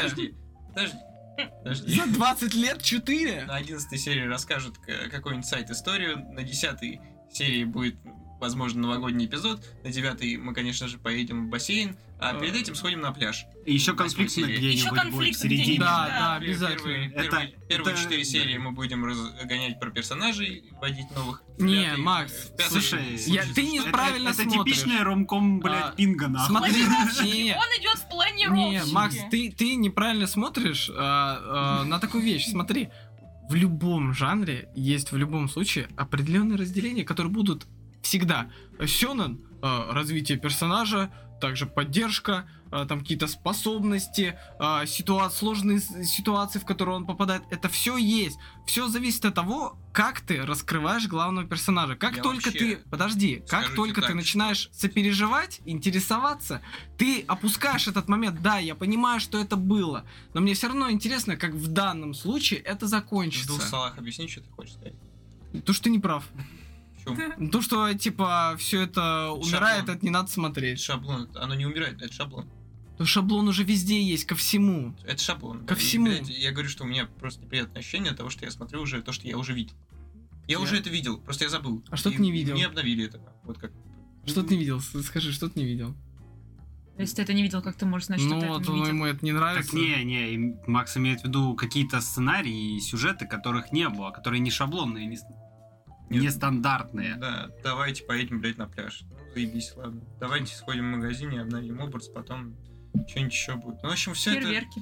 Подожди. За 20 лет 4? На 11 серии расскажут какой-нибудь сайт историю, на 10 серии будет, возможно, новогодний эпизод, на 9 мы, конечно же, поедем в бассейн, а перед этим сходим на пляж. И еще Восьмой конфликтно серии. где-нибудь Ещё будет в конфликт середине. где-нибудь, Да, да. да, обязательно. Первые Это- 4 серии да. мы будем разгонять про персонажей, вводить новых. Не, В пятой- Макс, в пятой слушай, серии ты не что-то- правильно это смотришь. типичный ромком, блядь, А, пинга, нахуй. смотри, Планировщики. не, Он идет в не, планировщики. Макс, ты неправильно смотришь на такую вещь. Смотри, в любом жанре есть в любом случае определенные разделения, которые будут всегда. Сёнэн, развитие персонажа, также поддержка, там какие-то способности, сложные ситуации, в которые он попадает. Это все есть. Все зависит от того, как ты раскрываешь главного персонажа. Как Я только вообще ты... Подожди. Как скажу только тебе ты так, начинаешь сопереживать, интересоваться, ты опускаешь этот момент. Да, я понимаю, что это было. Но мне все равно интересно, как в данном случае это В двух закончится. словах объясни, что ты хочешь сказать. То, что ты не прав. В чём? То, что, типа, все это умирает, Шаблон. это не надо Это смотреть. шаблон, оно не умирает, это шаблон. То шаблон уже везде есть, ко всему. Это шаблон. Ко И, всему. блядь, я говорю, что у меня просто неприятное ощущение от того, что я смотрю уже то, что я уже видел. Я уже это видел, просто я забыл. А что И ты не видел? Не обновили это. Вот как. Что ты не видел? Скажи, что ты не видел? Если ты это не видел, как ты можешь знать, что Ну ты вот, это не видел? ему это не нравится. Так не, и Макс имеет в виду какие-то сценарии и сюжеты, которых не было, которые не шаблонные, не Нет. нестандартные. Да, давайте поедем, блядь, на пляж. Ну, заебись, ладно. Давайте сходим в магазине, обновим образ, потом что-нибудь еще будет. Ну, в общем, все это... Фейерверки.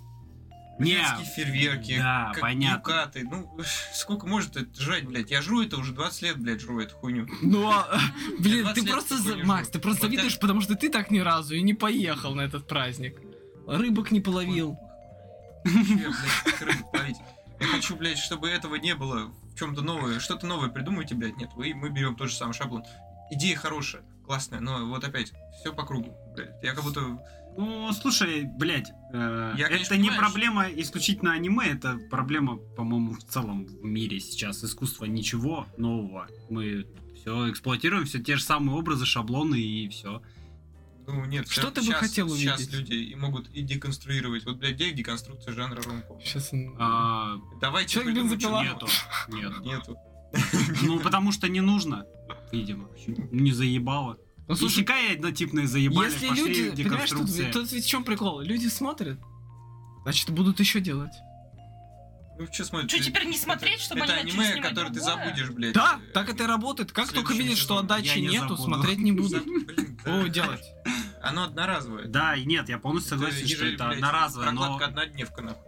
Не, Блядские фейерверки, да, как понятно. юкаты. Ну, сколько может это жрать, блядь? Я жру это уже 20 лет, блядь, жру эту хуйню. Ну, блин, 20 ты лет просто... такой не Макс, жру. ты просто Вот завидуешь, это- потому что ты так ни разу и не поехал на этот праздник. Рыбок не половил. Хочу я, блядь, рыбу ловить. Я хочу, блядь, чтобы этого не было в чем-то новое. Что-то новое придумайте, блядь. Нет, мы берем тот же самый шаблон. Идея хорошая, классная, но вот опять, все по кругу, блядь. Я как будто... Ну, слушай, блядь, Я, конечно, это не понимаю, проблема исключительно аниме, это проблема, по-моему, в целом в мире сейчас. Искусство ничего нового. Мы все эксплуатируем, все те же самые образы, шаблоны и все. Ну, нет, Что ты бы хотел Сейчас увидеть? люди и могут и деконструировать. Вот, блядь, где деконструкция жанра ромком? Сейчас... Давайте Человек придумать бензопила. что-то Нету. Нету. Ну, потому что не нужно, видимо. Не заебало. Ну, слушай, Исекай однотипные заебали, если пошли люди... Понимаешь, деконструкция. тут ведь в чем прикол? Люди смотрят, значит, будут еще делать. Ну, что смотреть? Что, теперь не смотреть, чтобы Это они начали аниме, снимать которое ты другое? забудешь, блядь. Да, так это и работает. Как только Следующий видишь, что сезон. отдачи Я не нету, забуду. смотреть не будут. Блин, О, да. делать. Оно одноразовое. Да, и нет, я полностью согласен, что это блядь, одноразовое, но... Прокладка однодневка, нахуй.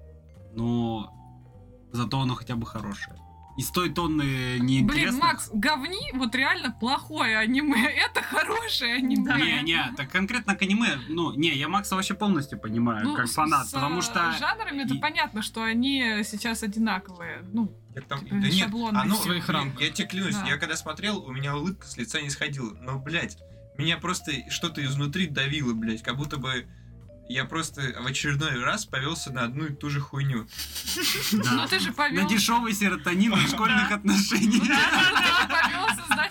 Но зато оно хотя бы хорошее. Из той тонны Блин, неинтересных... Макс, говни, вот реально плохое аниме. Это хорошее аниме. Не, так конкретно к аниме, ну, не, я Макса вообще полностью понимаю, Ну, как фанат, с, потому что... жанрами это и- понятно, что они сейчас одинаковые. Ну, Так там- Типа, да нет, шаблонные оно, в своих блин, рамках. Я тебе клянусь, Да. я когда смотрел, у меня улыбка с лица не сходила. Но, блядь, меня просто что-то изнутри давило, блядь, как будто бы я просто в очередной раз повелся на одну и ту же хуйню. Да. ну ты же На повелся. дешевый серотонин в школьных Ну отношениях. ты же повелся, значит,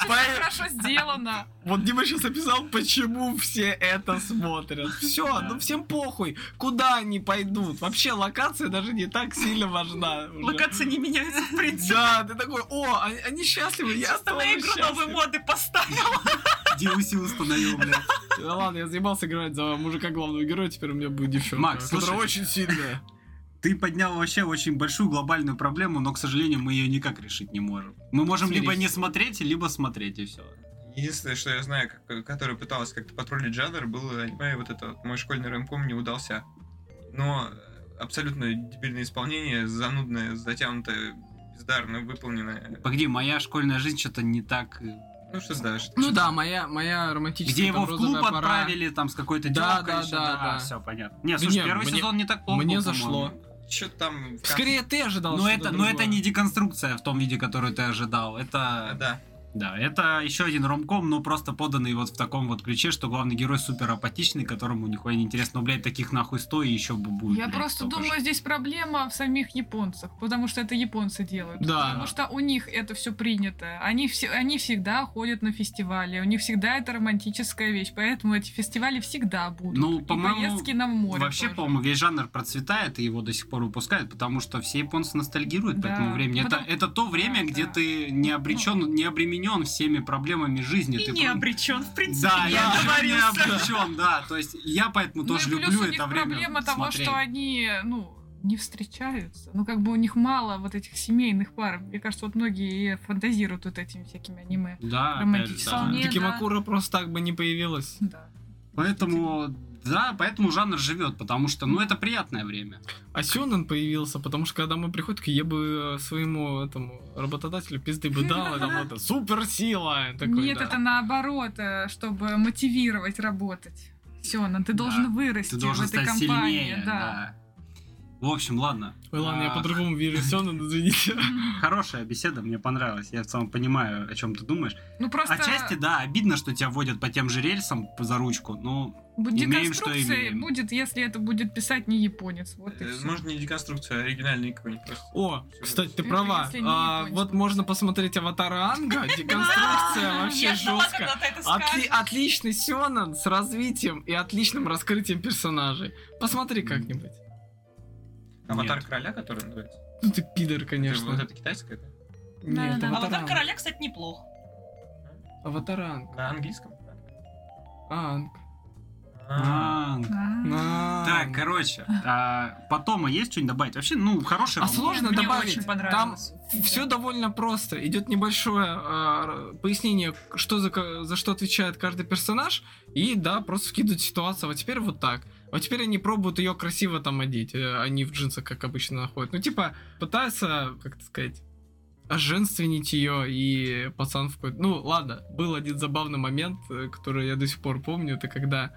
хорошо сделано. Вот Дима сейчас описал, почему все это смотрят. Все, ну всем похуй, куда они пойдут. Вообще локация даже не так сильно важна. уже. Локация не меняется, в принципе. Да, ты такой, о, они счастливы, я Просто на тоже игру новые счастлив. моды поставил. DLC установил, блядь. Да ладно, я заебался играть за мужика главного героя, теперь у меня будет девчонка, Макс, которая слушай. очень сильная. Ты поднял вообще очень большую глобальную проблему, но, к сожалению, мы ее никак решить не можем. Мы можем либо не смотреть, либо смотреть, и все. Единственное, что я знаю, которое пыталась как-то потроллить жанр, было аниме, вот это вот мой школьный рэмком не удался. Но абсолютно дебильное исполнение, занудное, затянутое, бездарно выполненное. Погоди, моя школьная жизнь что-то не так... Ну что да, что Ну да, моя романтическая Где его там в розовая клуб пора. отправили, там, с какой-то Да, тёлкой да, ещё, да. Все понятно. Не, Да слушай, не, первый мне- сезон не так плохо Мне был, зашло. по-моему. что там... Скорее ты ожидал Но что-то это другое. не деконструкция в том виде, который ты ожидал. Это... Да. Да, это еще один ромком, но просто поданный вот в таком вот ключе, что главный герой супер апатичный, которому нихуя не интересно. Ну, блядь, таких нахуй 100 и еще бы будет. Я блядь, просто столько думаю, же. здесь проблема в самих японцах, потому что это японцы делают. Да. Потому что у них это все принято. Они всегда ходят на фестивали, у них всегда это романтическая вещь, поэтому эти фестивали всегда будут. Ну, И по-моему, поездки на море Вообще, тоже. по-моему, весь жанр процветает и его до сих пор выпускают, потому что все японцы ностальгируют по Да. этому времени. Потом- Это то время, Да, где да. ты не обречен, не обременен всеми проблемами жизни. И ты не просто- обречен, в принципе, Да, я я не договорился. обречен, да. То есть я поэтому Ну и тоже плюс люблю у них это время проблема того, смотреть. что они, не встречаются. Ну, как бы у них мало вот этих семейных пар. Мне кажется, вот многие и фантазируют вот этими всякими аниме. Да, опять же, романтические. да. Вполне. Такимакура просто так бы не появилась. Да. Поэтому жанр живет, потому что, это приятное время. А Сёнэн появился, потому что когда мы приходим, я бы своему этому работодателю пизды бы дал, это вот суперсила. Такой, Нет, да. это наоборот, чтобы мотивировать работать. Сёнэн, ты должен вырасти Ты должен в этой стать компании. сильнее, Да. да. В общем, ладно. Ой, ладно, я по-другому вижу Сёнэн, извините. Хорошая беседа, мне понравилась. Я в целом понимаю, о чем ты думаешь. Ну просто Отчасти, да, обидно, что тебя водят по тем же рельсам за ручку, но имеем, что деконструкция имеем. будет, если это будет писать не японец. Вот и всё. Может, не деконструкция, а оригинальный какой-нибудь просто. О, кстати, ты Это права. если не японец Вот просто. можно посмотреть Аватара Анга, деконструкция вообще Я ждала, жестко. когда ты это скажешь. Отличный Сёнэн с развитием и отличным раскрытием персонажей. Посмотри как-нибудь. Аватар Нет. короля, который называется? Ну ты пидор, Вот конечно. это китайская, да? Нет, Да-да-да. Аватар Аватар короля, кстати, неплох. Аватар Анг. На английском? Анг. А, А. Так, короче, потом есть что-нибудь добавить? Вообще, хороший А роман. сложно Мне добавить. очень Там понравилось. все довольно просто. Идет небольшое пояснение, что за что отвечает каждый персонаж, и да, просто вкидывают ситуацию. Вот теперь вот так. Вот теперь они пробуют ее красиво там одеть. Они в джинсах, как обычно, находят. Ну, типа, пытаются, как это сказать, оженственнить ее, и пацан в какой-то... Ну, ладно, был один забавный момент, который я до сих пор помню, это когда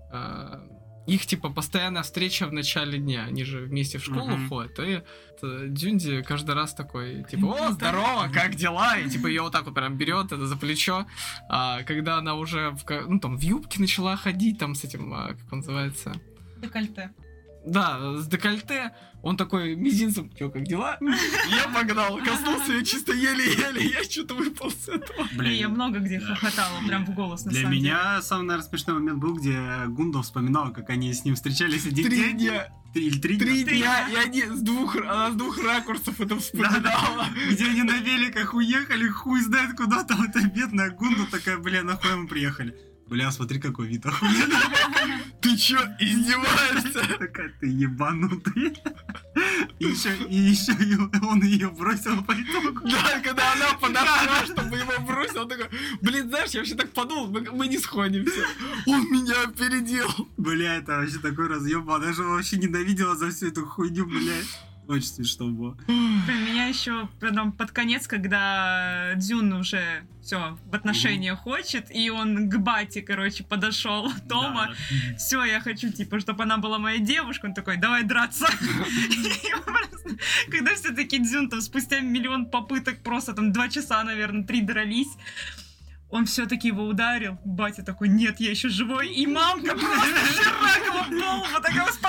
их, типа, постоянная встреча в начале дня, они же вместе в школу Мгм. ходят, и Дзюнди каждый раз такой, типа, о, здорово, как дела? И, типа, ее вот так вот прям берет это за плечо, когда она уже, в юбке начала ходить, там, с этим, как он называется... Декольте. Да, с декольте, он такой мизинцем, чё, как дела? Я погнал, коснулся ее чисто еле-еле, я что-то выпал с этого. Я много где Да. хохотала, прям в голос, на Для самом деле. меня самый, наверное, смешной момент был, где Гундо вспоминал, как они с ним встречались один 3 день. дня. Или 3 3 дня. дня, и они она с двух ракурсов это вспоминала. Где они на великах уехали, хуй знает куда, там эта бедная Гунда такая, бля, нахуй мы приехали. Бля, смотри, какой вид охуенный. Ты чё, издеваешься? Такая, ты ебанутый. И еще он ее бросил по итогу. Да, когда она подошла, чтобы его бросил, он такой, блин, знаешь, я вообще так подумал, мы не сходимся. Он меня опередил. Бля, это вообще такой разъеб. Она же вообще ненавидела за всю эту хуйню, блядь. Очень смешно было. Блин, меня еще потом под конец, когда Дзюн уже все в отношения хочет, и он к бате, короче, подошел Тома. Да, Все, я хочу, типа, чтобы она была моя девушка. Он такой, давай драться. И просто, когда все-таки Дзюн там спустя миллион попыток, просто там 2 часа, наверное, 3 дрались, он все-таки его ударил. Батя такой, нет, я еще живой. И мамка просто жирак его в голову, такая, успокойся.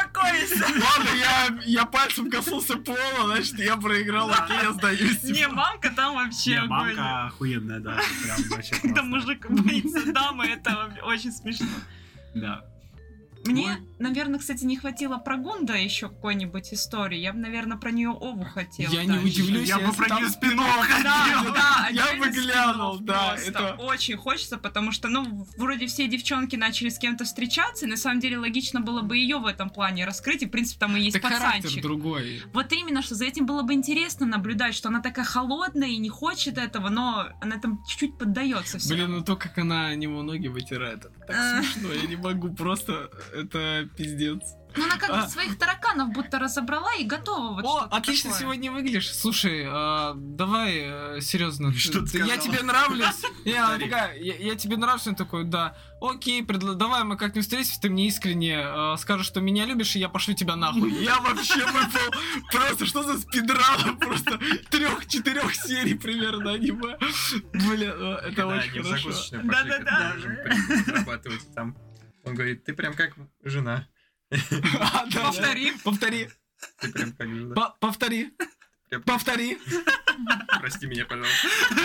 Ладно, я пальцем коснулся пола, значит, я проиграл, окей, я сдаюсь. Не, мамка там вообще Не, огонь. мамка охуенная, да. Прям вообще Когда классно. мужик боится дамы, это очень смешно. Да. Мне, наверное, кстати, не хватило про Гунда еще какой-нибудь истории. Я бы, наверное, про нее Ову хотела. Я не удивлюсь, Я бы если про там неё спин-офф Да, хотел. да, Я отдельный бы глянул, спин-офф да, просто. это... Очень хочется, потому что, ну, вроде все девчонки начали с кем-то встречаться, и на самом деле логично было бы ее в этом плане раскрыть, и, в принципе, там и есть Так характер пацанчик. другой. Вот именно, что за этим было бы интересно наблюдать, что она такая холодная и не хочет этого, но она там чуть-чуть поддается все. Блин, ну то, как она о него ноги вытирает, это так смешно, я не могу, просто это пиздец. Ну, она как бы своих тараканов будто разобрала и готова вот О, что-то отлично такое. сегодня выглядишь. Слушай, давай, серьезно, Что ты я сказал? тебе нравлюсь? Не, она Смотри. такая, я тебе нравлюсь? Он такой, да. Окей, давай мы как-нибудь встретимся, ты мне искренне скажешь, что меня любишь, и я пошлю тебя нахуй. Я вообще выпал. Просто что за спидран? Просто 3-4 серий примерно аниме. Блин, это Да, очень они в хорошо. закусочную пошли, Да-да-да. когда уже зарабатывать там. Он говорит, ты прям как жена. А, да, Повтори. да. Повтори. Ты прям как жена. Повтори. Прям- Повтори. Прости меня, пожалуйста.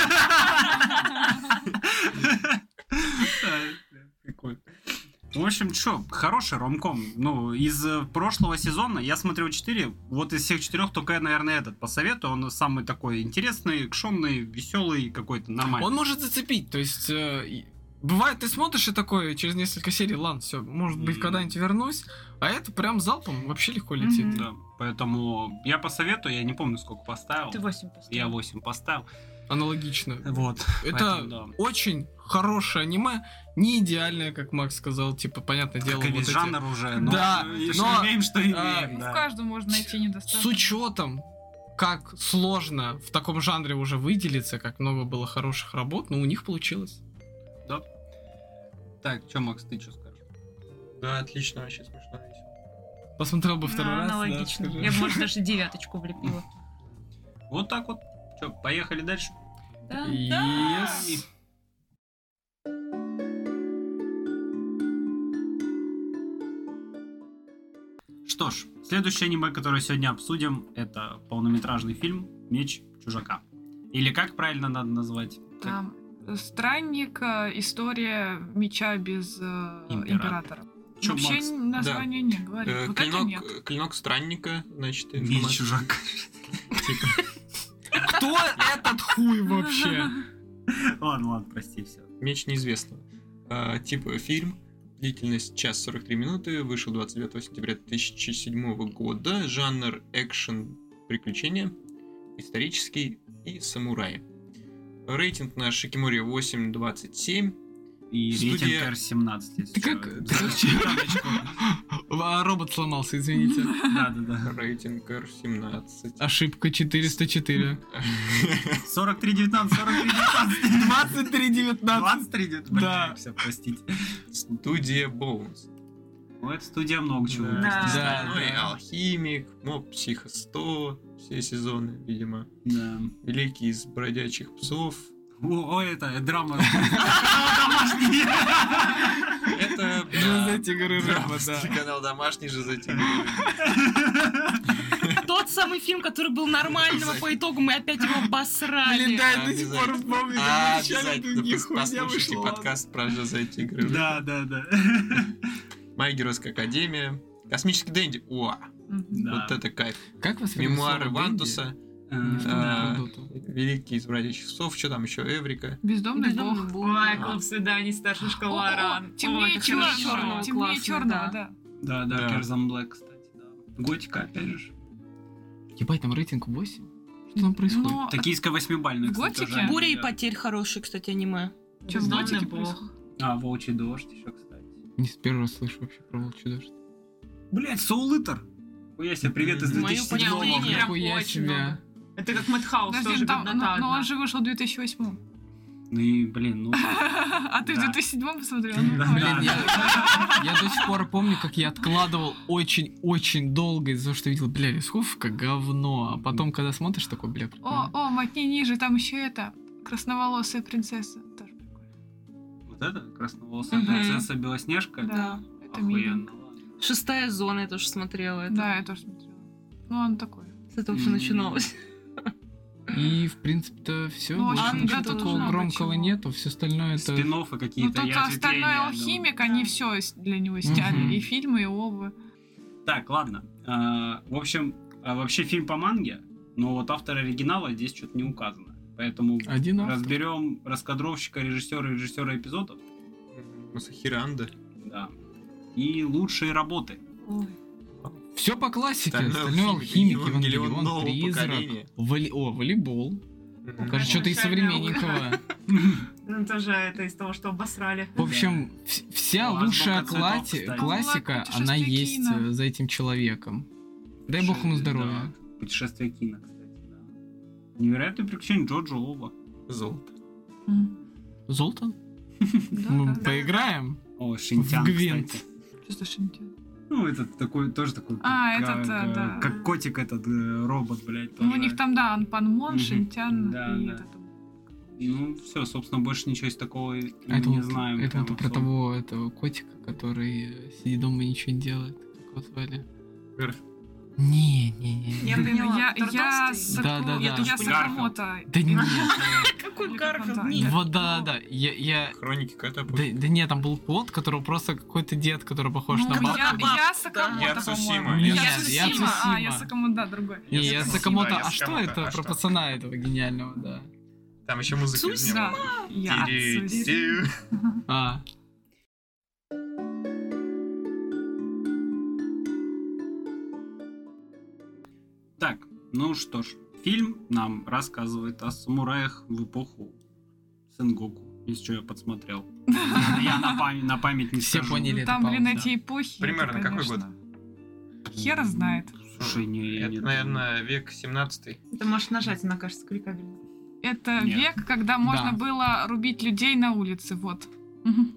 Прикольно. В общем, что, хороший ромком. Ну, из прошлого сезона я смотрел 4. Вот из всех 4 только я, наверное, этот посоветую. Он самый такой интересный, экшонный, веселый, какой-то нормальный. Он может зацепить, то есть... Бывает, ты смотришь и такой, через несколько серий, ладно, все, может быть, когда-нибудь вернусь, а это прям залпом вообще легко летит. Мгм. Да, поэтому я посоветую, я не помню, сколько поставил. Ты 8 поставил. Я 8 поставил. Аналогично. Вот. Это поэтому, да. очень хорошее аниме, не идеальное, как Макс сказал, типа, понятное дело, Как и вот весь эти- жанр уже. Но, Да, видишь, но, имеем, что имеем. В да. каждом можно найти недостаток. С учетом, как сложно в таком жанре уже выделиться, как много было хороших работ, но у них получилось. Так, что, Макс, ты что скажешь? Да, отлично, вообще смешно весело. Посмотрел бы второй раз, да, Аналогично. скажи. Я бы, может, даже 9 влепила. Вот так вот. Что, поехали дальше? Да, Yes. Что ж, следующее аниме, которое сегодня обсудим, это полнометражный фильм «Меч чужака». Или как правильно надо назвать? Там странник, история меча без императора. Чё, Вообще Макс? название не говорит. Вот это нет. Клинок странника, значит, Меч информация. чужака. Кто этот хуй вообще? Ладно, прости, все. Меч неизвестного. Типа фильм, длительность час 43 минуты, вышел 29 сентября 2007 года, жанр экшен приключения, исторический и самурай. Рейтинг на Шикиморе 8.27. И Студия- рейтинг R17. Ты как- А, робот сломался, извините. Да. Рейтинг R17. Ошибка 404. 43-19, 43-19. 23-19. 23-19. Да. Все, простите. Студия Bones. Ну, это студия много чего. Да. выпустила. Да. Стальной алхимик, Моб Психо 100, все сезоны, видимо. Да. Великий из бродячих псов. О, это драма. Домашний. Это Жиза Тигры Рыба, да. канал домашний Жиза Тигры. Тот самый фильм, который был нормальным, а по итогу мы опять его Блин, обосрали. да, я до сих пор помню, как вначале тут нихуя Послушайте вышло. подкаст про Жиза Тигры. Да. Моя геройская академия. Космический Дэнди. О, вот это кайф. Как вас Мемуары Вантуса. Э, А, Великий из бродячих псов. Что там еще? Эврика. Бездомный бог. Ой, клуб свиданий, старший школа Ран. Темнее черного. Темнее черного, да. Да, Да. Керзон Блэк, кстати, да. Готика, опять же. Ебать, там рейтинг 8? Что там происходит? Но Токийская 8-бальная, В кстати, Готике? тоже. Буря и Да. потерь хороший, кстати, аниме. что в Бездомный Готике бог. происходит? А, Волчий дождь еще, кстати. Не с первого раз слышу вообще про волчий дождь. Блять, Soul Eater. Хуя себе, привет из Мое 2007 почтение. года. Прям Нихуя очень себе. много. Это как Мэтхаус, Подожди, тоже там, годнота но одна. он же вышел в 2008. Ну и, блин, ну... А ты в Да. 2007 посмотрел? Да. Ну, Блин, ладно. я до сих пор помню, как я откладывал очень-очень долго из-за того, что видел, бля, рисовка говно. А потом, когда смотришь, такой, бля, прикольно. О, мотни ниже, там еще это, красноволосая принцесса. Тоже прикольно. Вот это красноволосая Мгм. принцесса Белоснежка. Да, это Охуенно, мило. ладно. 6 зона я тоже смотрела. Это. Да, я тоже смотрела. Ну, он такой. С этого все начиналось. И, в принципе-то, все. Ну, больше Ангел ничего тут такого много громкого чего. нету. Все остальное это... Спин-оффы Ну, какие-то тут и остальное ответвления, алхимик, они все для него сняли. Мгм. И фильмы, и овы. Так, ладно. В общем, вообще фильм по манге, но вот автор оригинала здесь что-то не указано. Поэтому Один автор. разберем раскадровщика, режиссера эпизодов. Масахиро Андо. Да. И лучшие работы. Все по классике. Остальное Остальное алхимик, Евангелион Евангелион, нового призрак. поколения. Волейбол. Кажется, что-то из Шальная современненького. Ну, тоже это из того, что обосрали. В общем, вся Ну, лучшая «Азбука цветов», кстати. классика, Путешествие она есть Кина. за этим человеком. Дай бог ему здоровья. Да. Путешествие Кина, кстати, да. Невероятное приключение Джоджо Оба. Золото. Золтан? Да, Мы да. поиграем? О, Шинтян, В Гвинт. кстати. Что за Шинтян? Ну, этот такой, тоже такой, Да. как котик этот робот, блядь. Ну, у тоже. них там, да, Анпанмон, Мгм. Шинтян Да, и да. этот... Ну, все, собственно, больше ничего из такого и Это не вот, знаем. это прям вот про особо. того этого котика, который сидит дома и ничего не делает. Как его звали? Гарф. Не. Я Блин, поняла. я Тартовский? Да. Я Сакамото. Да нет. Какой Или Гарфилд? как он, Нет. Вот да. Я... Хроники кота. Да нет, там был кот, которого просто какой-то дед, который похож Ну, на бабку. я Сакамото, Я Цусима. по-моему. Нет, Я я Цусима. Цусима. Я Сакамото, да, другой. Не, я Сакамото. Сакамото. Я А что Сакамото, это а про что? пацана этого гениального, да? Там еще музыка из Да. него. Я Цусима. А, Так, ну что ж, фильм нам рассказывает о самураях в эпоху Сенгоку, если что я подсмотрел. Я на память не все скажу. поняли это, Там, блин, по-моему, эти эпохи. Примерно это, какой конечно, Хер знает. Слушай, я не Это, наверное, век 17-й. Это можешь нажать, она кажется кликабельной. Это Нет. век, когда можно Да. было рубить людей на улице, вот. Мгм.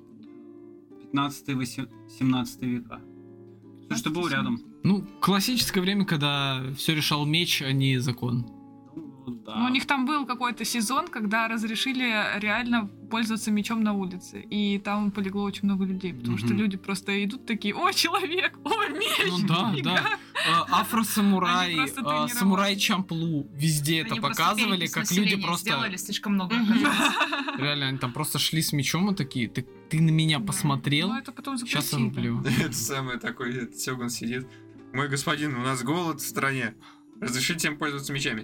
15-17 века. Слушай, ты был рядом. Ну, классическое время, когда все решал меч, а не закон. Ну, да. Ну, у них там был какой-то сезон, когда разрешили реально пользоваться мечом на улице. И там полегло очень много людей, потому что Мгм. люди просто идут такие: о, человек, о, меч! Ну да, нифига!» да. Афросамурай, Они просто тренировались. самурай Чамплу, везде это Они просто показывали, перепись как люди населения просто... сделали слишком много. оказалось. Реально, они там просто шли с мечом и такие, ты на меня посмотрел, Ну, это потом сейчас запретили. рублю. Это самый такой этот Сёгун сидит. Мой господин, у нас голод в стране. Разрешите всем пользоваться мечами.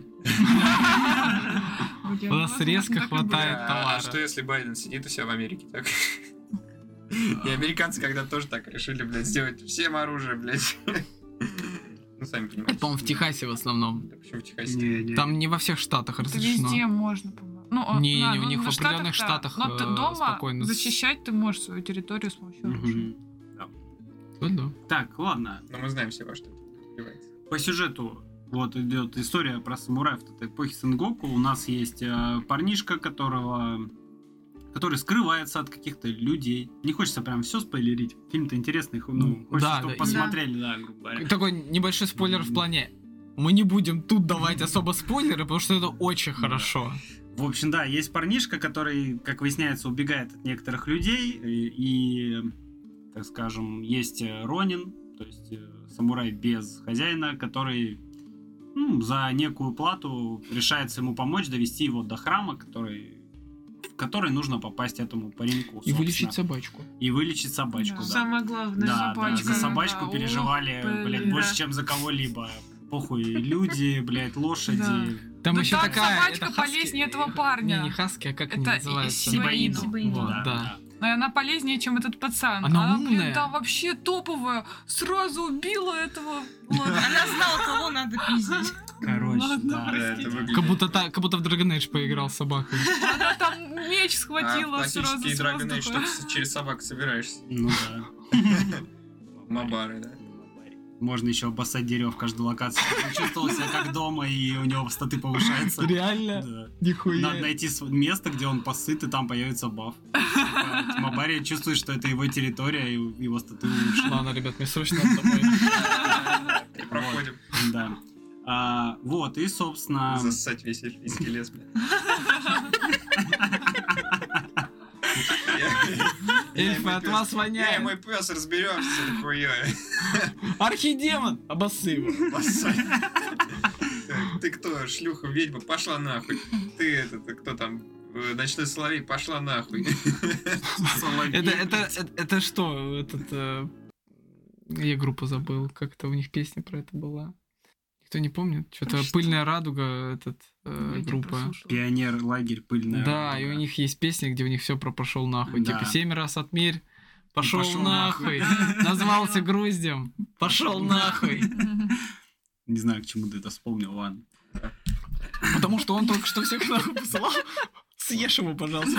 Где У нас можно, резко так и было. хватает. А товара. что если Байден сидит у себя в Америке так? И американцы когда тоже так решили, блядь, сделать всем оружие, блядь. Ну, сами понимаете. Это, по-моему, в Техасе в основном. Да почему в Техасе? Не. Там не во всех штатах Это разрешено. везде можно, по-моему. Ну, Не, да, не, у ну, них на в определенных да. штатах, Но ты дома спокойно. защищать ты можешь свою территорию с помощью оружия. Мгм. Да. Так, ладно. Но мы знаем все, во что это вливается. По сюжету вот идет история про самураев этой эпохи Сенгоку. У нас есть парнишка, который скрывается от каких-то людей. Не хочется прям все спойлерить. Фильм-то интересный, ну, хочется, Да, чтобы да, посмотрели, да, грубо говоря. Такой небольшой спойлер в плане. Мы не будем тут давать особо спойлеры, потому что это очень хорошо. В общем, да, есть парнишка, который, как выясняется, убегает от некоторых людей. И так скажем, есть Ронин, то есть самурай без хозяина, который за некую плату решается ему помочь довести его до храма, в который нужно попасть этому пареньку. И собственно. вылечить собачку. И вылечить собачку, Да. да. Самое главное. Да, собачка, за собачку да. переживали, Ох, блядь, блин. больше, Да. чем за кого-либо. Похуй, люди, блядь, лошади. Да. Там Ну, еще там такая... собачка это полезнее этого парня. Не хаски, а как они Это называются? Сибаину. Сибаину. Вот, Да, да. Но она полезнее, чем этот пацан. Она блин, умная. да, вообще топовая. Сразу убила этого. Ладно. Она знала, кого надо пиздить. Короче, Ладно, да. Да, это выглядит. Как будто в Dragon Age поиграл с собакой. Она там меч схватила А, сразу классический с Dragon Age, воздуха. что через собак собираешься. Ну да. Мабары, да. Можно еще обоссать дерево в каждой локации. чтобы он чувствовал себя как дома, и у него статы повышаются. Реально? Да. Нихуя. Надо найти место, где он посыт, и там появится баф. Мабари чувствует, что это его территория, и его статы улучшены. Ладно, ребят, мне срочно надо домой. И проходим. Да. Вот, и, собственно... Зассать весь эльфийский лес, блядь. Эльфы, от вас Я и воняет. мой пес разберемся с этой хуёй. Архидемон! Обоссы его. Ты кто, шлюха, ведьма, пошла нахуй. Ты кто там, ночной соловей, пошла нахуй. Это что? Я группу забыл. Как это у них песня про это была? Никто не помнит? Что-то «Пыльная радуга», группа. Пионер, лагерь, пыльная. Да, и у них есть песня, где у них все про «пошел нахуй». Да. Типа 7 раз отмерь, пошел Пошёл нахуй. Назвался груздем, пошел нахуй. Не знаю, к чему ты это вспомнил, ладно. Потому что он только что всех нахуй посылал. Съешь его, пожалуйста.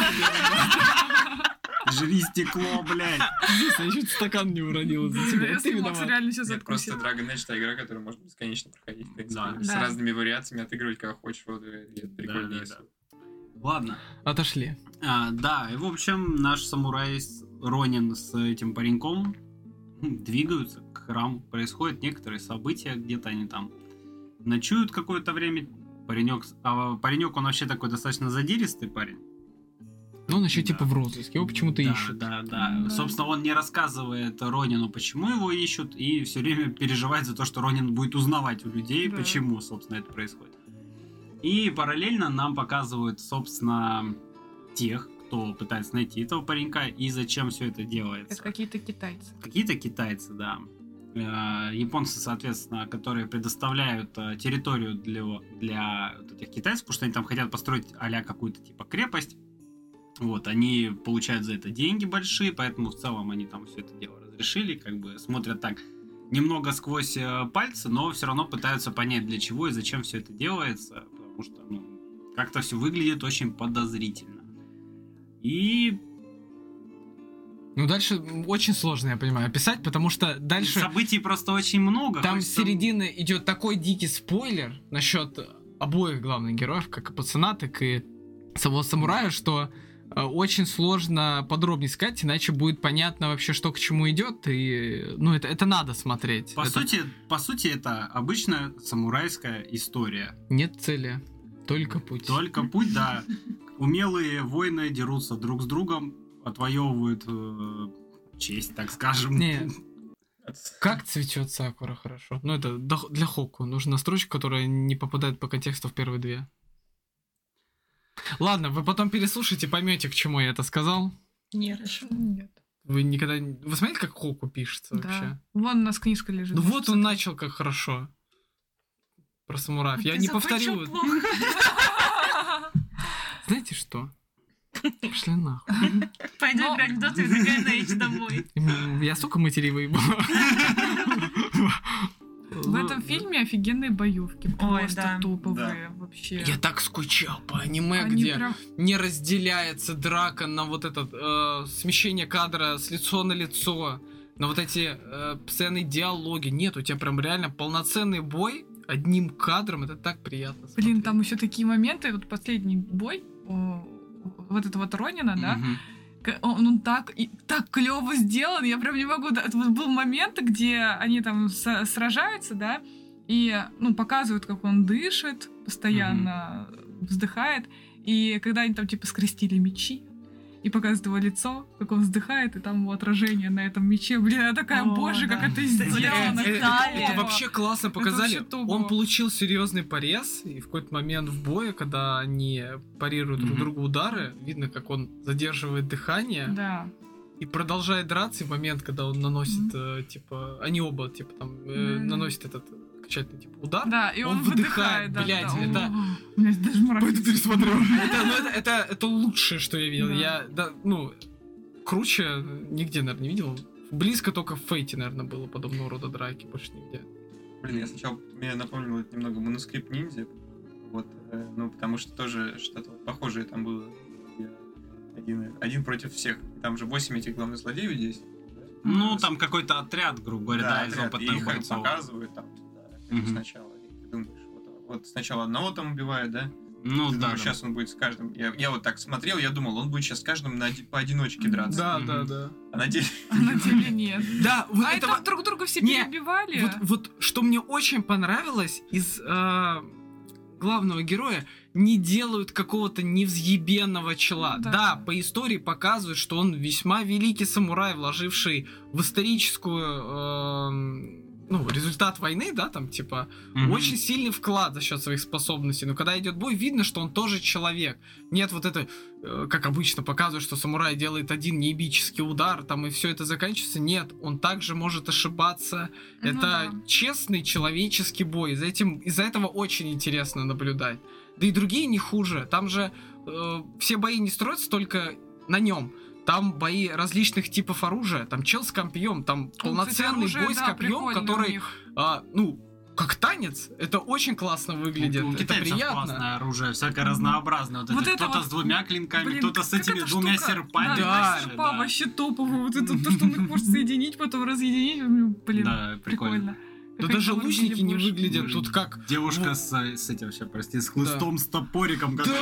Жри стекло, блядь. Я чуть стакан не уронил из-за тебя. Я Ты смог виноват. реально сейчас Нет, просто откусить. Dragon Age — та игра, которую можно бесконечно проходить, в принципе, Да. с Да. разными вариациями, отыгрывать как хочешь, вот, и это прикольно. Да. весело. Ладно. Отошли. Да, и в общем, наш самурай Ронин с этим пареньком двигаются к храму. Происходят некоторые события, где-то они там ночуют какое-то время. Паренек, он вообще такой достаточно задиристый парень. Ну, он еще Да. типа в розыске. Его почему-то ищут. Да. Да. Собственно, он не рассказывает Ронину, почему его ищут, и все время переживает за то, что Ронин будет узнавать у людей, Да. почему, собственно, это происходит. И параллельно нам показывают, собственно, тех, кто пытается найти этого паренька, и зачем все это делается. Это какие-то китайцы. Какие-то китайцы, да. Японцы, соответственно, которые предоставляют территорию для вот этих китайцев, потому что они там хотят построить а-ля какую-то типа крепость. Вот, они получают за это деньги большие, поэтому в целом они там все это дело разрешили, как бы смотрят так немного сквозь пальцы, но все равно пытаются понять, для чего и зачем все это делается, потому что, как-то все выглядит очень подозрительно. И Ну, дальше очень сложно, я понимаю, описать, потому что дальше событий просто очень много. там с Хочется- середины идет такой дикий спойлер насчет обоих главных героев, как и пацана, так и самого самурая, что очень сложно подробнее сказать, иначе будет понятно вообще, что к чему идет, и это надо смотреть. По сути, это обычная самурайская история. Нет цели, только путь. Только путь, да. Умелые воины дерутся друг с другом, отвоевывают честь, так скажем. Не, как цветет сакура, хорошо. Ну, это для Хоку. Нужна строчка, которая не попадает по контексту в первые две. Ладно, вы потом переслушайте, поймете, к чему я это сказал. Нет. Нет. Вы никогда... Вы смотрели, как Хоку пишется вообще? Да. Вон у нас книжка лежит. Ну вот Можете он посмотреть. начал как хорошо. Про самураев. Я Ты не закончил повторю. плохо. Знаете что? Пошли нахуй. Пойдем Но- играть в Доту и Dragon Age домой. Я столько матерей выебал. В этом фильме офигенные боевки. Ой, Просто да. топовые вообще. Я так скучал по аниме, Они где прям- не разделяется драка на вот это смещение кадра с лицо на лицо, на вот эти постоянные диалоги. Нет, у тебя прям реально полноценный бой одним кадром. Это так приятно Блин, смотреть. там еще такие моменты. Вот последний бой вот этого Ронина, да? Мгм. Он так клево сделан, я прям не могу. Это вот был момент, где они там сражаются, да, и показывают, как он дышит, постоянно вздыхает. И когда они там типа скрестили мечи, и показывают его лицо, как он вздыхает, и там его отражение на этом мече. Блин, я такая, О, боже, да. как это Кстати, сделано. детали. Это вообще классно показали. вообще топово. Он получил серьезный порез, и в какой-то момент в бое, когда они парируют друг Мгм. другу удары, видно, как он задерживает дыхание Да. и продолжает драться. И в момент, когда он наносит, они оба, наносят этот качательный удар. Да, и Он он выдыхает, выдыхает. Да, блядь, да. это- О, у меня даже мурашки. Пойду пересмотрю. Это лучшее, что я видел. Да. Я, круче нигде, наверное, не видел. Близко только в Фейте, наверное, было подобного рода драки, больше нигде. Блин, я сначала, меня напомнило это немного Манускрипт Ниндзя, вот, потому что тоже что-то похожее там было, где один против всех, и там же 8 этих главных злодеев есть. Ну, там какой-то отряд, грубо говоря, да, из отряд, и опытных их бойцов. показывают там, да, Мгм. сначала, и ты думаешь, вот сначала одного там убивают, да? Ну, Ты да, думаешь, сейчас он будет с каждым, я вот так смотрел, я думал, он будет сейчас с каждым поодиночке драться, Да, Мгм. да, да. а на деле... А на деле нет. Да, вот А это это друг друга все Не, перебивали. вот что мне очень понравилось из главного героя не делают какого-то невзъебенного чела. Да. Да, по истории показывают, что он весьма великий самурай, вложивший в историческую результат войны, да, там, типа, очень сильный вклад за счет своих способностей. Но когда идет бой, видно, что он тоже человек. Нет вот это, как обычно показывают, что самурай делает один неебический удар, там, и все это заканчивается. Нет, он также может ошибаться. Ну Это да. честный человеческий бой. Из-за этого очень интересно наблюдать. Да и другие не хуже. Там же все бои не строятся только на нем. Там бои различных типов оружия. Там чел с копьем, там полноценный Кстати, бой с копьем, прикольно у который, них. как танец. Это очень классно выглядит. У Это китайцев приятно. классное оружие, всякое разнообразное. Вот Вот это это кто-то вот, с двумя клинками, блин, кто-то с как этими эта двумя штука? серпами. Да, Да, серпа да. вообще топовый. Вот это то, что он их может соединить, потом разъединить. Блин, Да, прикольно. Да Как даже они лучники выглядели не больше. выглядят тут как... Девушка с этим, вообще, прости, с хлыстом, с топориком. который-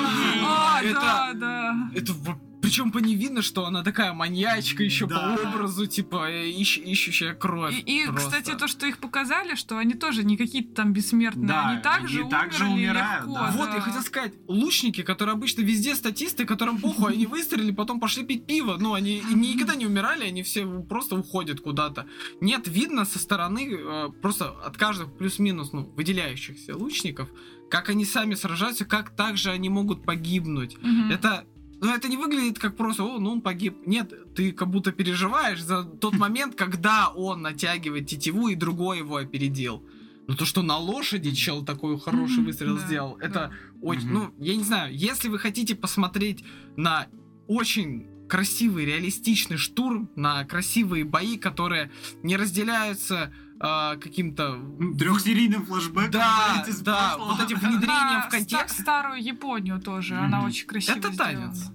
Да, да. Это причем по ней видно, что она такая маньячка еще Да. по образу, типа, ищущая кровь. И просто. кстати, то, что их показали, что они тоже не какие-то там бессмертные, Да, они также они также умерли умирают, легко. да. Вот, я хотел сказать, лучники, которые обычно везде статисты, которым похуй, они выстрелили, потом пошли пить пиво. Ну, они никогда не умирали, они все просто уходят куда-то. Нет, видно со стороны просто от каждого плюс-минус, выделяющихся лучников, как они сами сражаются, как также они могут погибнуть. Мгм. Это не выглядит как просто, он погиб. Нет, ты как будто переживаешь за тот момент, когда он натягивает тетиву, и другой его опередил. Но то, что на лошади чел такой хороший Мгм, выстрел да, сделал, да. это очень... я не знаю, если вы хотите посмотреть на очень красивый, реалистичный штурм, на красивые бои, которые не разделяются каким-то... Трехсерийным флешбэком. Да, блядь, из да, прошлого. вот эти внедрения На в контекст. старую Японию тоже, она Мгм. очень красиво Это сделана. танец.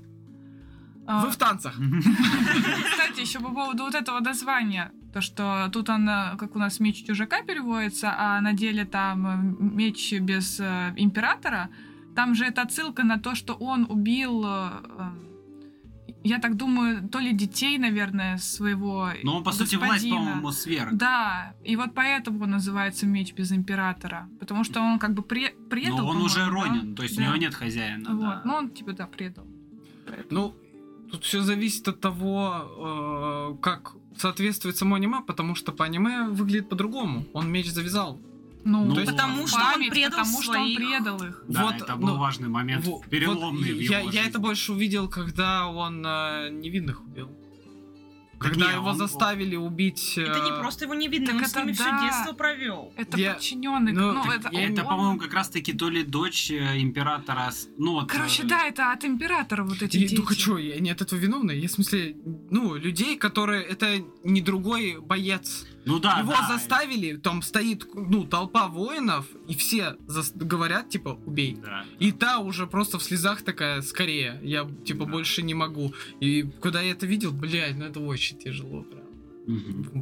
А, Вы в танцах. Кстати, еще по поводу вот этого названия, то, что тут она, как у нас меч чужака переводится, а на деле там меч без императора, там же это отсылка на то, что он убил, я так думаю, то ли детей, наверное, своего Но он, по сути, власть, господина. по-моему, сверх. Да, и вот поэтому он называется меч без императора, потому что он как бы предал, Но он уже по-моему, да? ронен, то есть у Да. него нет хозяина. Вот, да. ну он типа, да, предал. Ну, тут все зависит от того, как соответствует само аниме, потому что по аниме выглядит по-другому. Он меч завязал. Ну, то есть потому что он память, предал потому что он своих. предал их. Да, Вот, это был ну, важный момент, переломный в я его это жизни. больше увидел, когда он невинных убил. Когда не, его он- заставили убить... Это не просто его не видно, Так он это с ними все да. детство провел. Это Я- подчиненный. ну, Ну, так это, я- Это, он- по-моему, как раз-таки то ли дочь императора... Ну, вот, Короче, да, это от императора вот эти дети. Только что, я не от этого виновный. Я в смысле, людей, которые... Это не другой боец. Ну да, Его да. заставили, там стоит, толпа воинов, и все говорят, типа, убей. Да. И та уже просто в слезах такая, скорее, я, типа, Да. больше не могу. И когда я это видел, блядь, это очень тяжело прям. Мгм.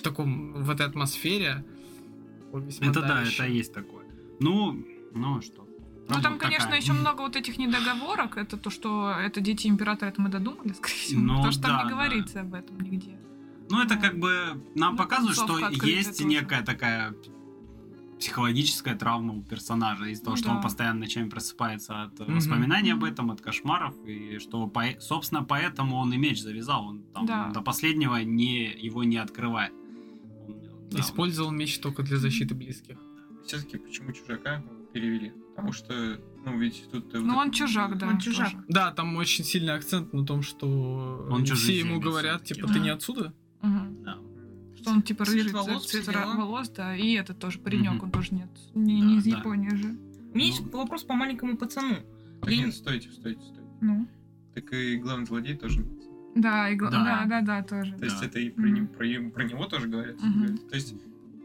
В этой атмосфере. весьма Это да, давяще. это есть такое. Ну что. Ну, там, Вот конечно, такая. еще много вот этих недоговорок. Это то, что это дети императора, это мы додумали, скорее всего. Ну, потому что там да, не да. говорится об этом нигде. Ну, это как бы нам Ну, показывает, что концовка открытая есть тоже. некая такая психологическая травма у персонажа из-за того, Ну что да. он постоянно ночами просыпается от Мгм. воспоминаний об Мгм. этом, от кошмаров, и что, собственно, поэтому он и меч завязал, он там Да. до последнего его не открывает. Он, да, Использовал меч только для защиты близких. Все-таки почему чужака перевели? Потому что, ведь тут... Ну, он чужак, да. Он чужак. тоже. Да, там очень сильный акцент на том, что Он чужеземец все ему говорят, всё-таки, типа, да. ты не отсюда? Мгм. да. Что он типа Цвет рыжий, волос, цвет все дела. волос, да. И этот тоже паренек, Мгм. он тоже нет. Не из Да, да. Японии же. У меня есть Ну. вопрос по маленькому пацану. Так Я нет, не- стойте. Ну. Так и главный злодей тоже. Да, Да. да, тоже. То есть Да. это и Мгм. про него тоже говорят. Мгм. То есть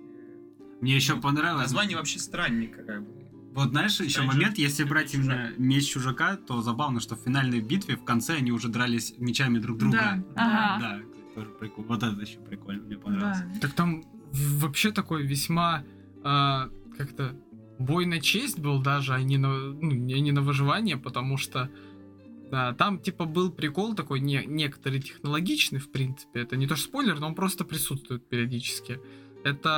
Мне еще понравилось. название вообще странника, как бы. Вот знаешь, еще Страйджер, момент, если это брать чужак. именно меч чужака, то забавно, что в финальной битве в конце они уже дрались мечами друг друга. Да, ага. Да, тоже прикольно. Вот это еще прикольно, мне понравилось. Да. Так там вообще такой весьма как-то бой на честь был даже, а не на выживание, потому что там типа был прикол такой некоторый технологичный, в принципе. Это не то что спойлер, но он просто присутствует периодически. Это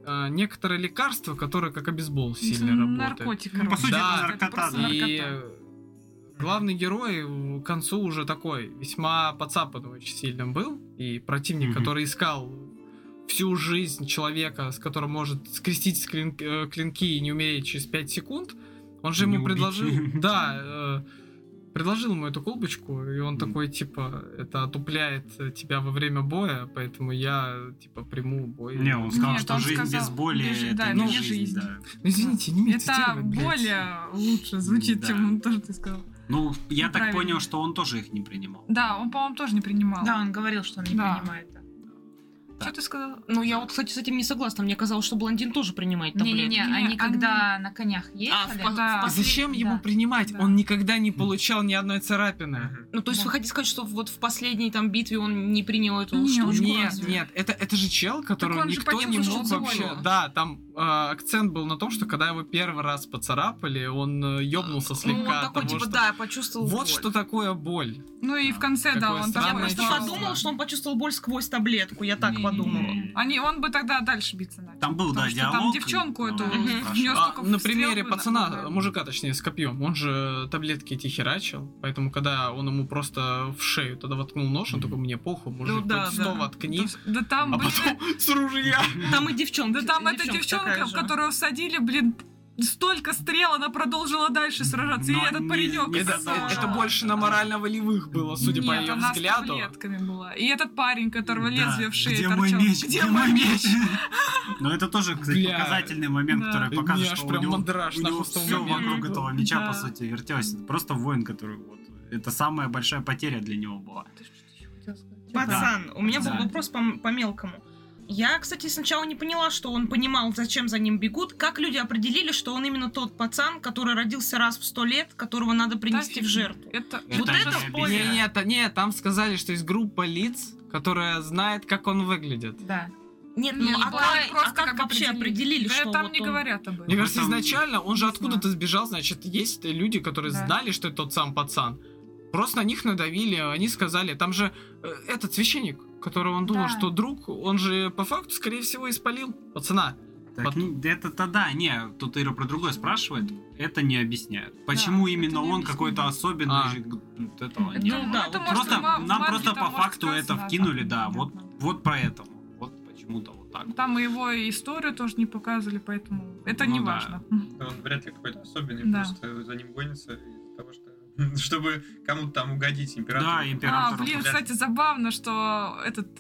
некоторые лекарства, которые как обезбол сильно работают. Наркотик. Ну, по сути, Да, это наркота, просто да. И наркота. главный герой к концу уже такой весьма подцапанный очень сильно был. И противник, который искал всю жизнь человека, с которым может скрестить клинки и не умереть через 5 секунд, он же Не ему убить. предложил... Да, предложил ему эту колбочку, и он такой, типа, это отупляет тебя во время боя, поэтому я, типа, приму бой. Не, он сказал, Нет, что он жизнь сказал, без боли без- это да, не не жизнь. жизнь. Да. Ну, извините, не Это медитировать, блядь. более лучше звучит, Да. чем то, что ты сказал. Ну, я так Правильно. понял, что он тоже их не принимал. Да, он, по-моему, тоже не принимал. Да, он говорил, что он не Да. принимает. Да. Что ты сказала? Ну, я вот, кстати, с этим не согласна. Мне казалось, что блондин тоже принимает таблетки. Не-не-не, Не, они они- когда на конях ехали... Да. в Зачем ему Да. принимать? Да. Он никогда не получал ни одной царапины. Ну, то есть вы хотите сказать, что вот в последней там битве он не принял эту Не, он штучку? Нет, разве? нет, это же чел, которого он же никто не почувствовал мог боль. вообще... Да, там акцент был на том, что когда его первый раз поцарапали, он ёбнулся Ну, слегка он от такой, того, типа, что... да, я почувствовал Вот боль. что такое боль. Ну и в конце, да, Какое он странное Я такой... просто чувство. подумала, что он почувствовал боль сквозь таблетку. Я так Не-не-не. подумала. Он бы тогда дальше биться начал. Там был, Потому да, что диалог. там девчонку но эту он Мгм. спрашивал. в неё столько На стрел примере бы пацана, направили. мужика, точнее, с копьем, он же таблетки эти херачил, поэтому когда он ему просто в шею тогда воткнул нож, он такой, мне похуй, мужик, Ну да, хоть да. 100 воткни, Да там, а блин, потом с ружья. Там и девчонка. да там эта такая девчонка, же. которую всадили, блин, столько стрел, она продолжила дальше сражаться. Но И этот не- паренек. не Это, сказала. это больше на морально-волевых было, судя по Нет, ее она с взгляду. таблетками была. И этот парень, которого Да. лезвие в шее Где торчало. мой меч? Где мой меч? Но это тоже, кстати, Бля. показательный момент, Да. который Мне показывает, аж что прям у него, мандраж у него нахуй с того все момента. вокруг этого меча, Да. по сути, вертелось. Это просто воин, который вот... Это самая большая потеря для него была. Пацан, у меня был Да. вопрос по мелкому. Я, кстати, сначала не поняла, что он понимал, зачем за ним бегут. Как люди определили, что он именно тот пацан, который родился раз в 100 лет, которого надо принести в жертву? Это Вот Это это не спойлер. объясняет. Нет, там сказали, что есть группа лиц, которая знает, как он выглядит. Да. Нет, не, ну а бывает, как, как вообще определили, Да что там вот не он- говорят об этом. Мне кажется, этом- изначально он же Не откуда-то сбежал, значит, есть люди, которые Да. знали, что это тот сам пацан. Просто на них надавили, они сказали, там же этот священник, которого он думал, Да. что друг, он же по факту, скорее всего, испалил пацана. Так, это-то да, не, тут Ира про другое спрашивает, это не объясняет. Почему это именно не он объясняет. какой-то особенный, А. вот этого Ну, нет. да, это вот может, Просто в нам манге просто там по может факту это сказано, вкинули, там да, непонятно. вот поэтому, вот почему-то вот так. Там и его историю тоже не показывали, поэтому это Ну не да. важно. Он вряд ли какой-то особенный, Да. просто за ним гонится из-за того, что чтобы кому-то там угодить императору. Да, императору. Блин, вряд ли. кстати, забавно, что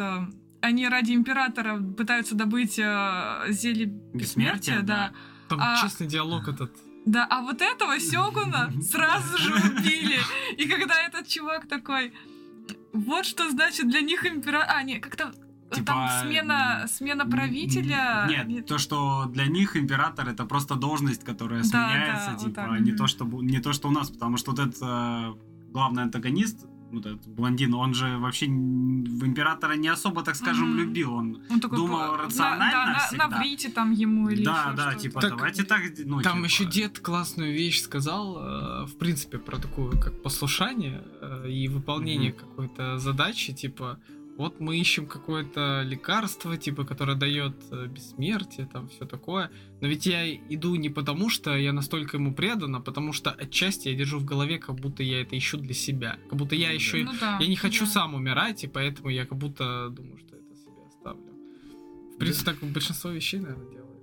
они ради императора пытаются добыть зелье бессмертия, да. Там А- честный диалог этот. Да, а вот этого Сёгуна сразу же убили. И когда этот чувак такой, вот что значит для них император... А, нет, как-то Типа, там смена правителя... Нет, то, что для них император это просто должность, которая Да, сменяется, да, вот типа, так. не то, что у нас, потому что вот этот главный антагонист, вот этот блондин, он же вообще в императора не особо, так скажем, Мгм. любил. Он Он такой, думал рационально всегда. наврите там ему или да, ещё да, что-то. типа, Так, давайте так, ну, Там типа, еще дед классную вещь сказал, в принципе, про такую, как послушание и выполнение какой-то задачи, типа, вот мы ищем какое-то лекарство, типа, которое дает бессмертие, там все такое. Но ведь я иду не потому, что я настолько ему предан, а потому что отчасти я держу в голове, как будто я это ищу для себя. Как будто я еще... Ну да, Я не хочу да. сам умирать, и поэтому я как будто думаю, что это себе оставлю. В принципе, так большинство вещей, наверное, делается.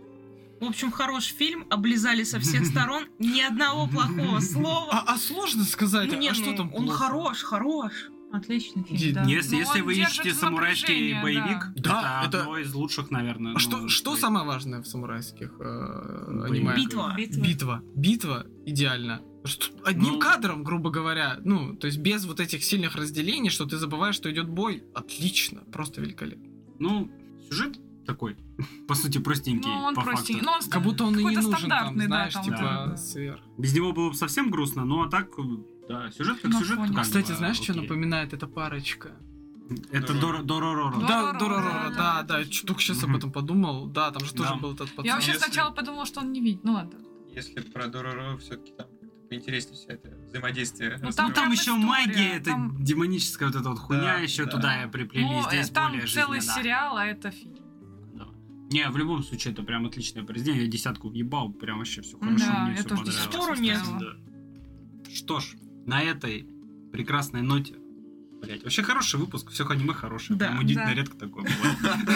В общем, хороший фильм, облизали со всех сторон, ни одного плохого слова. А сложно сказать, Ну, не, а что ну, там он плохо? хорош. Отличный Иди- фильм, да. Если, Ну, если он вы держит ищете в самурайский напряжении, боевик, да. это Да, одно из лучших, наверное. А что самое важное в самурайских аниме? Битва. Битва идеально. Что, одним Ну. кадром, грубо говоря, ну, то есть без вот этих сильных разделений, что ты забываешь, что идет бой, отлично, просто великолепно. Ну, сюжет такой, по сути, простенький, Ну, он по простенький. факту. Ну, он Как будто он и не какой-то нужен там, стандартный, да, знаешь, там, типа да. сверх. Без него было бы совсем грустно, но а так, да, сюжет как На сюжет. фоне. как Кстати, бы, знаешь, что окей. напоминает эта парочка? Это Дороро. Да. Да, Дороро, Дороро, да, да, только сейчас об Мгм. этом подумал. Да, там же тоже Да. был этот пацан. Я вообще Если- сначала подумала, что он не видит. Ну ладно. Если про Дороро все-таки там как-то поинтереснее вся это взаимодействие. Ну, Ну, там там прям еще история, магия, это там- демоническая вот эта вот хуйня Да, еще да. туда приплели, Ну, здесь там более целый жизненно, да. сериал, а это фильм. Да. Не, в любом случае, это прям отличное произведение. Я 10 въебал, прям вообще все хорошо, Да, мне я все тоже понравилось. 10 Спору нет. ставила. Да. Что ж, на этой прекрасной ноте, блять, вообще хороший выпуск, все аниме хорошее. Да, Прям удивительно да. редко такое бывает.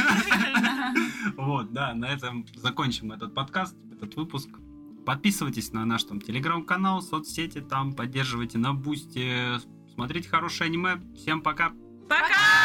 Вот, да, на этом закончим этот подкаст, этот выпуск. Подписывайтесь на наш там телеграм-канал, соцсети, там поддерживайте на Бусти, смотрите хорошее аниме. Всем пока! Пока!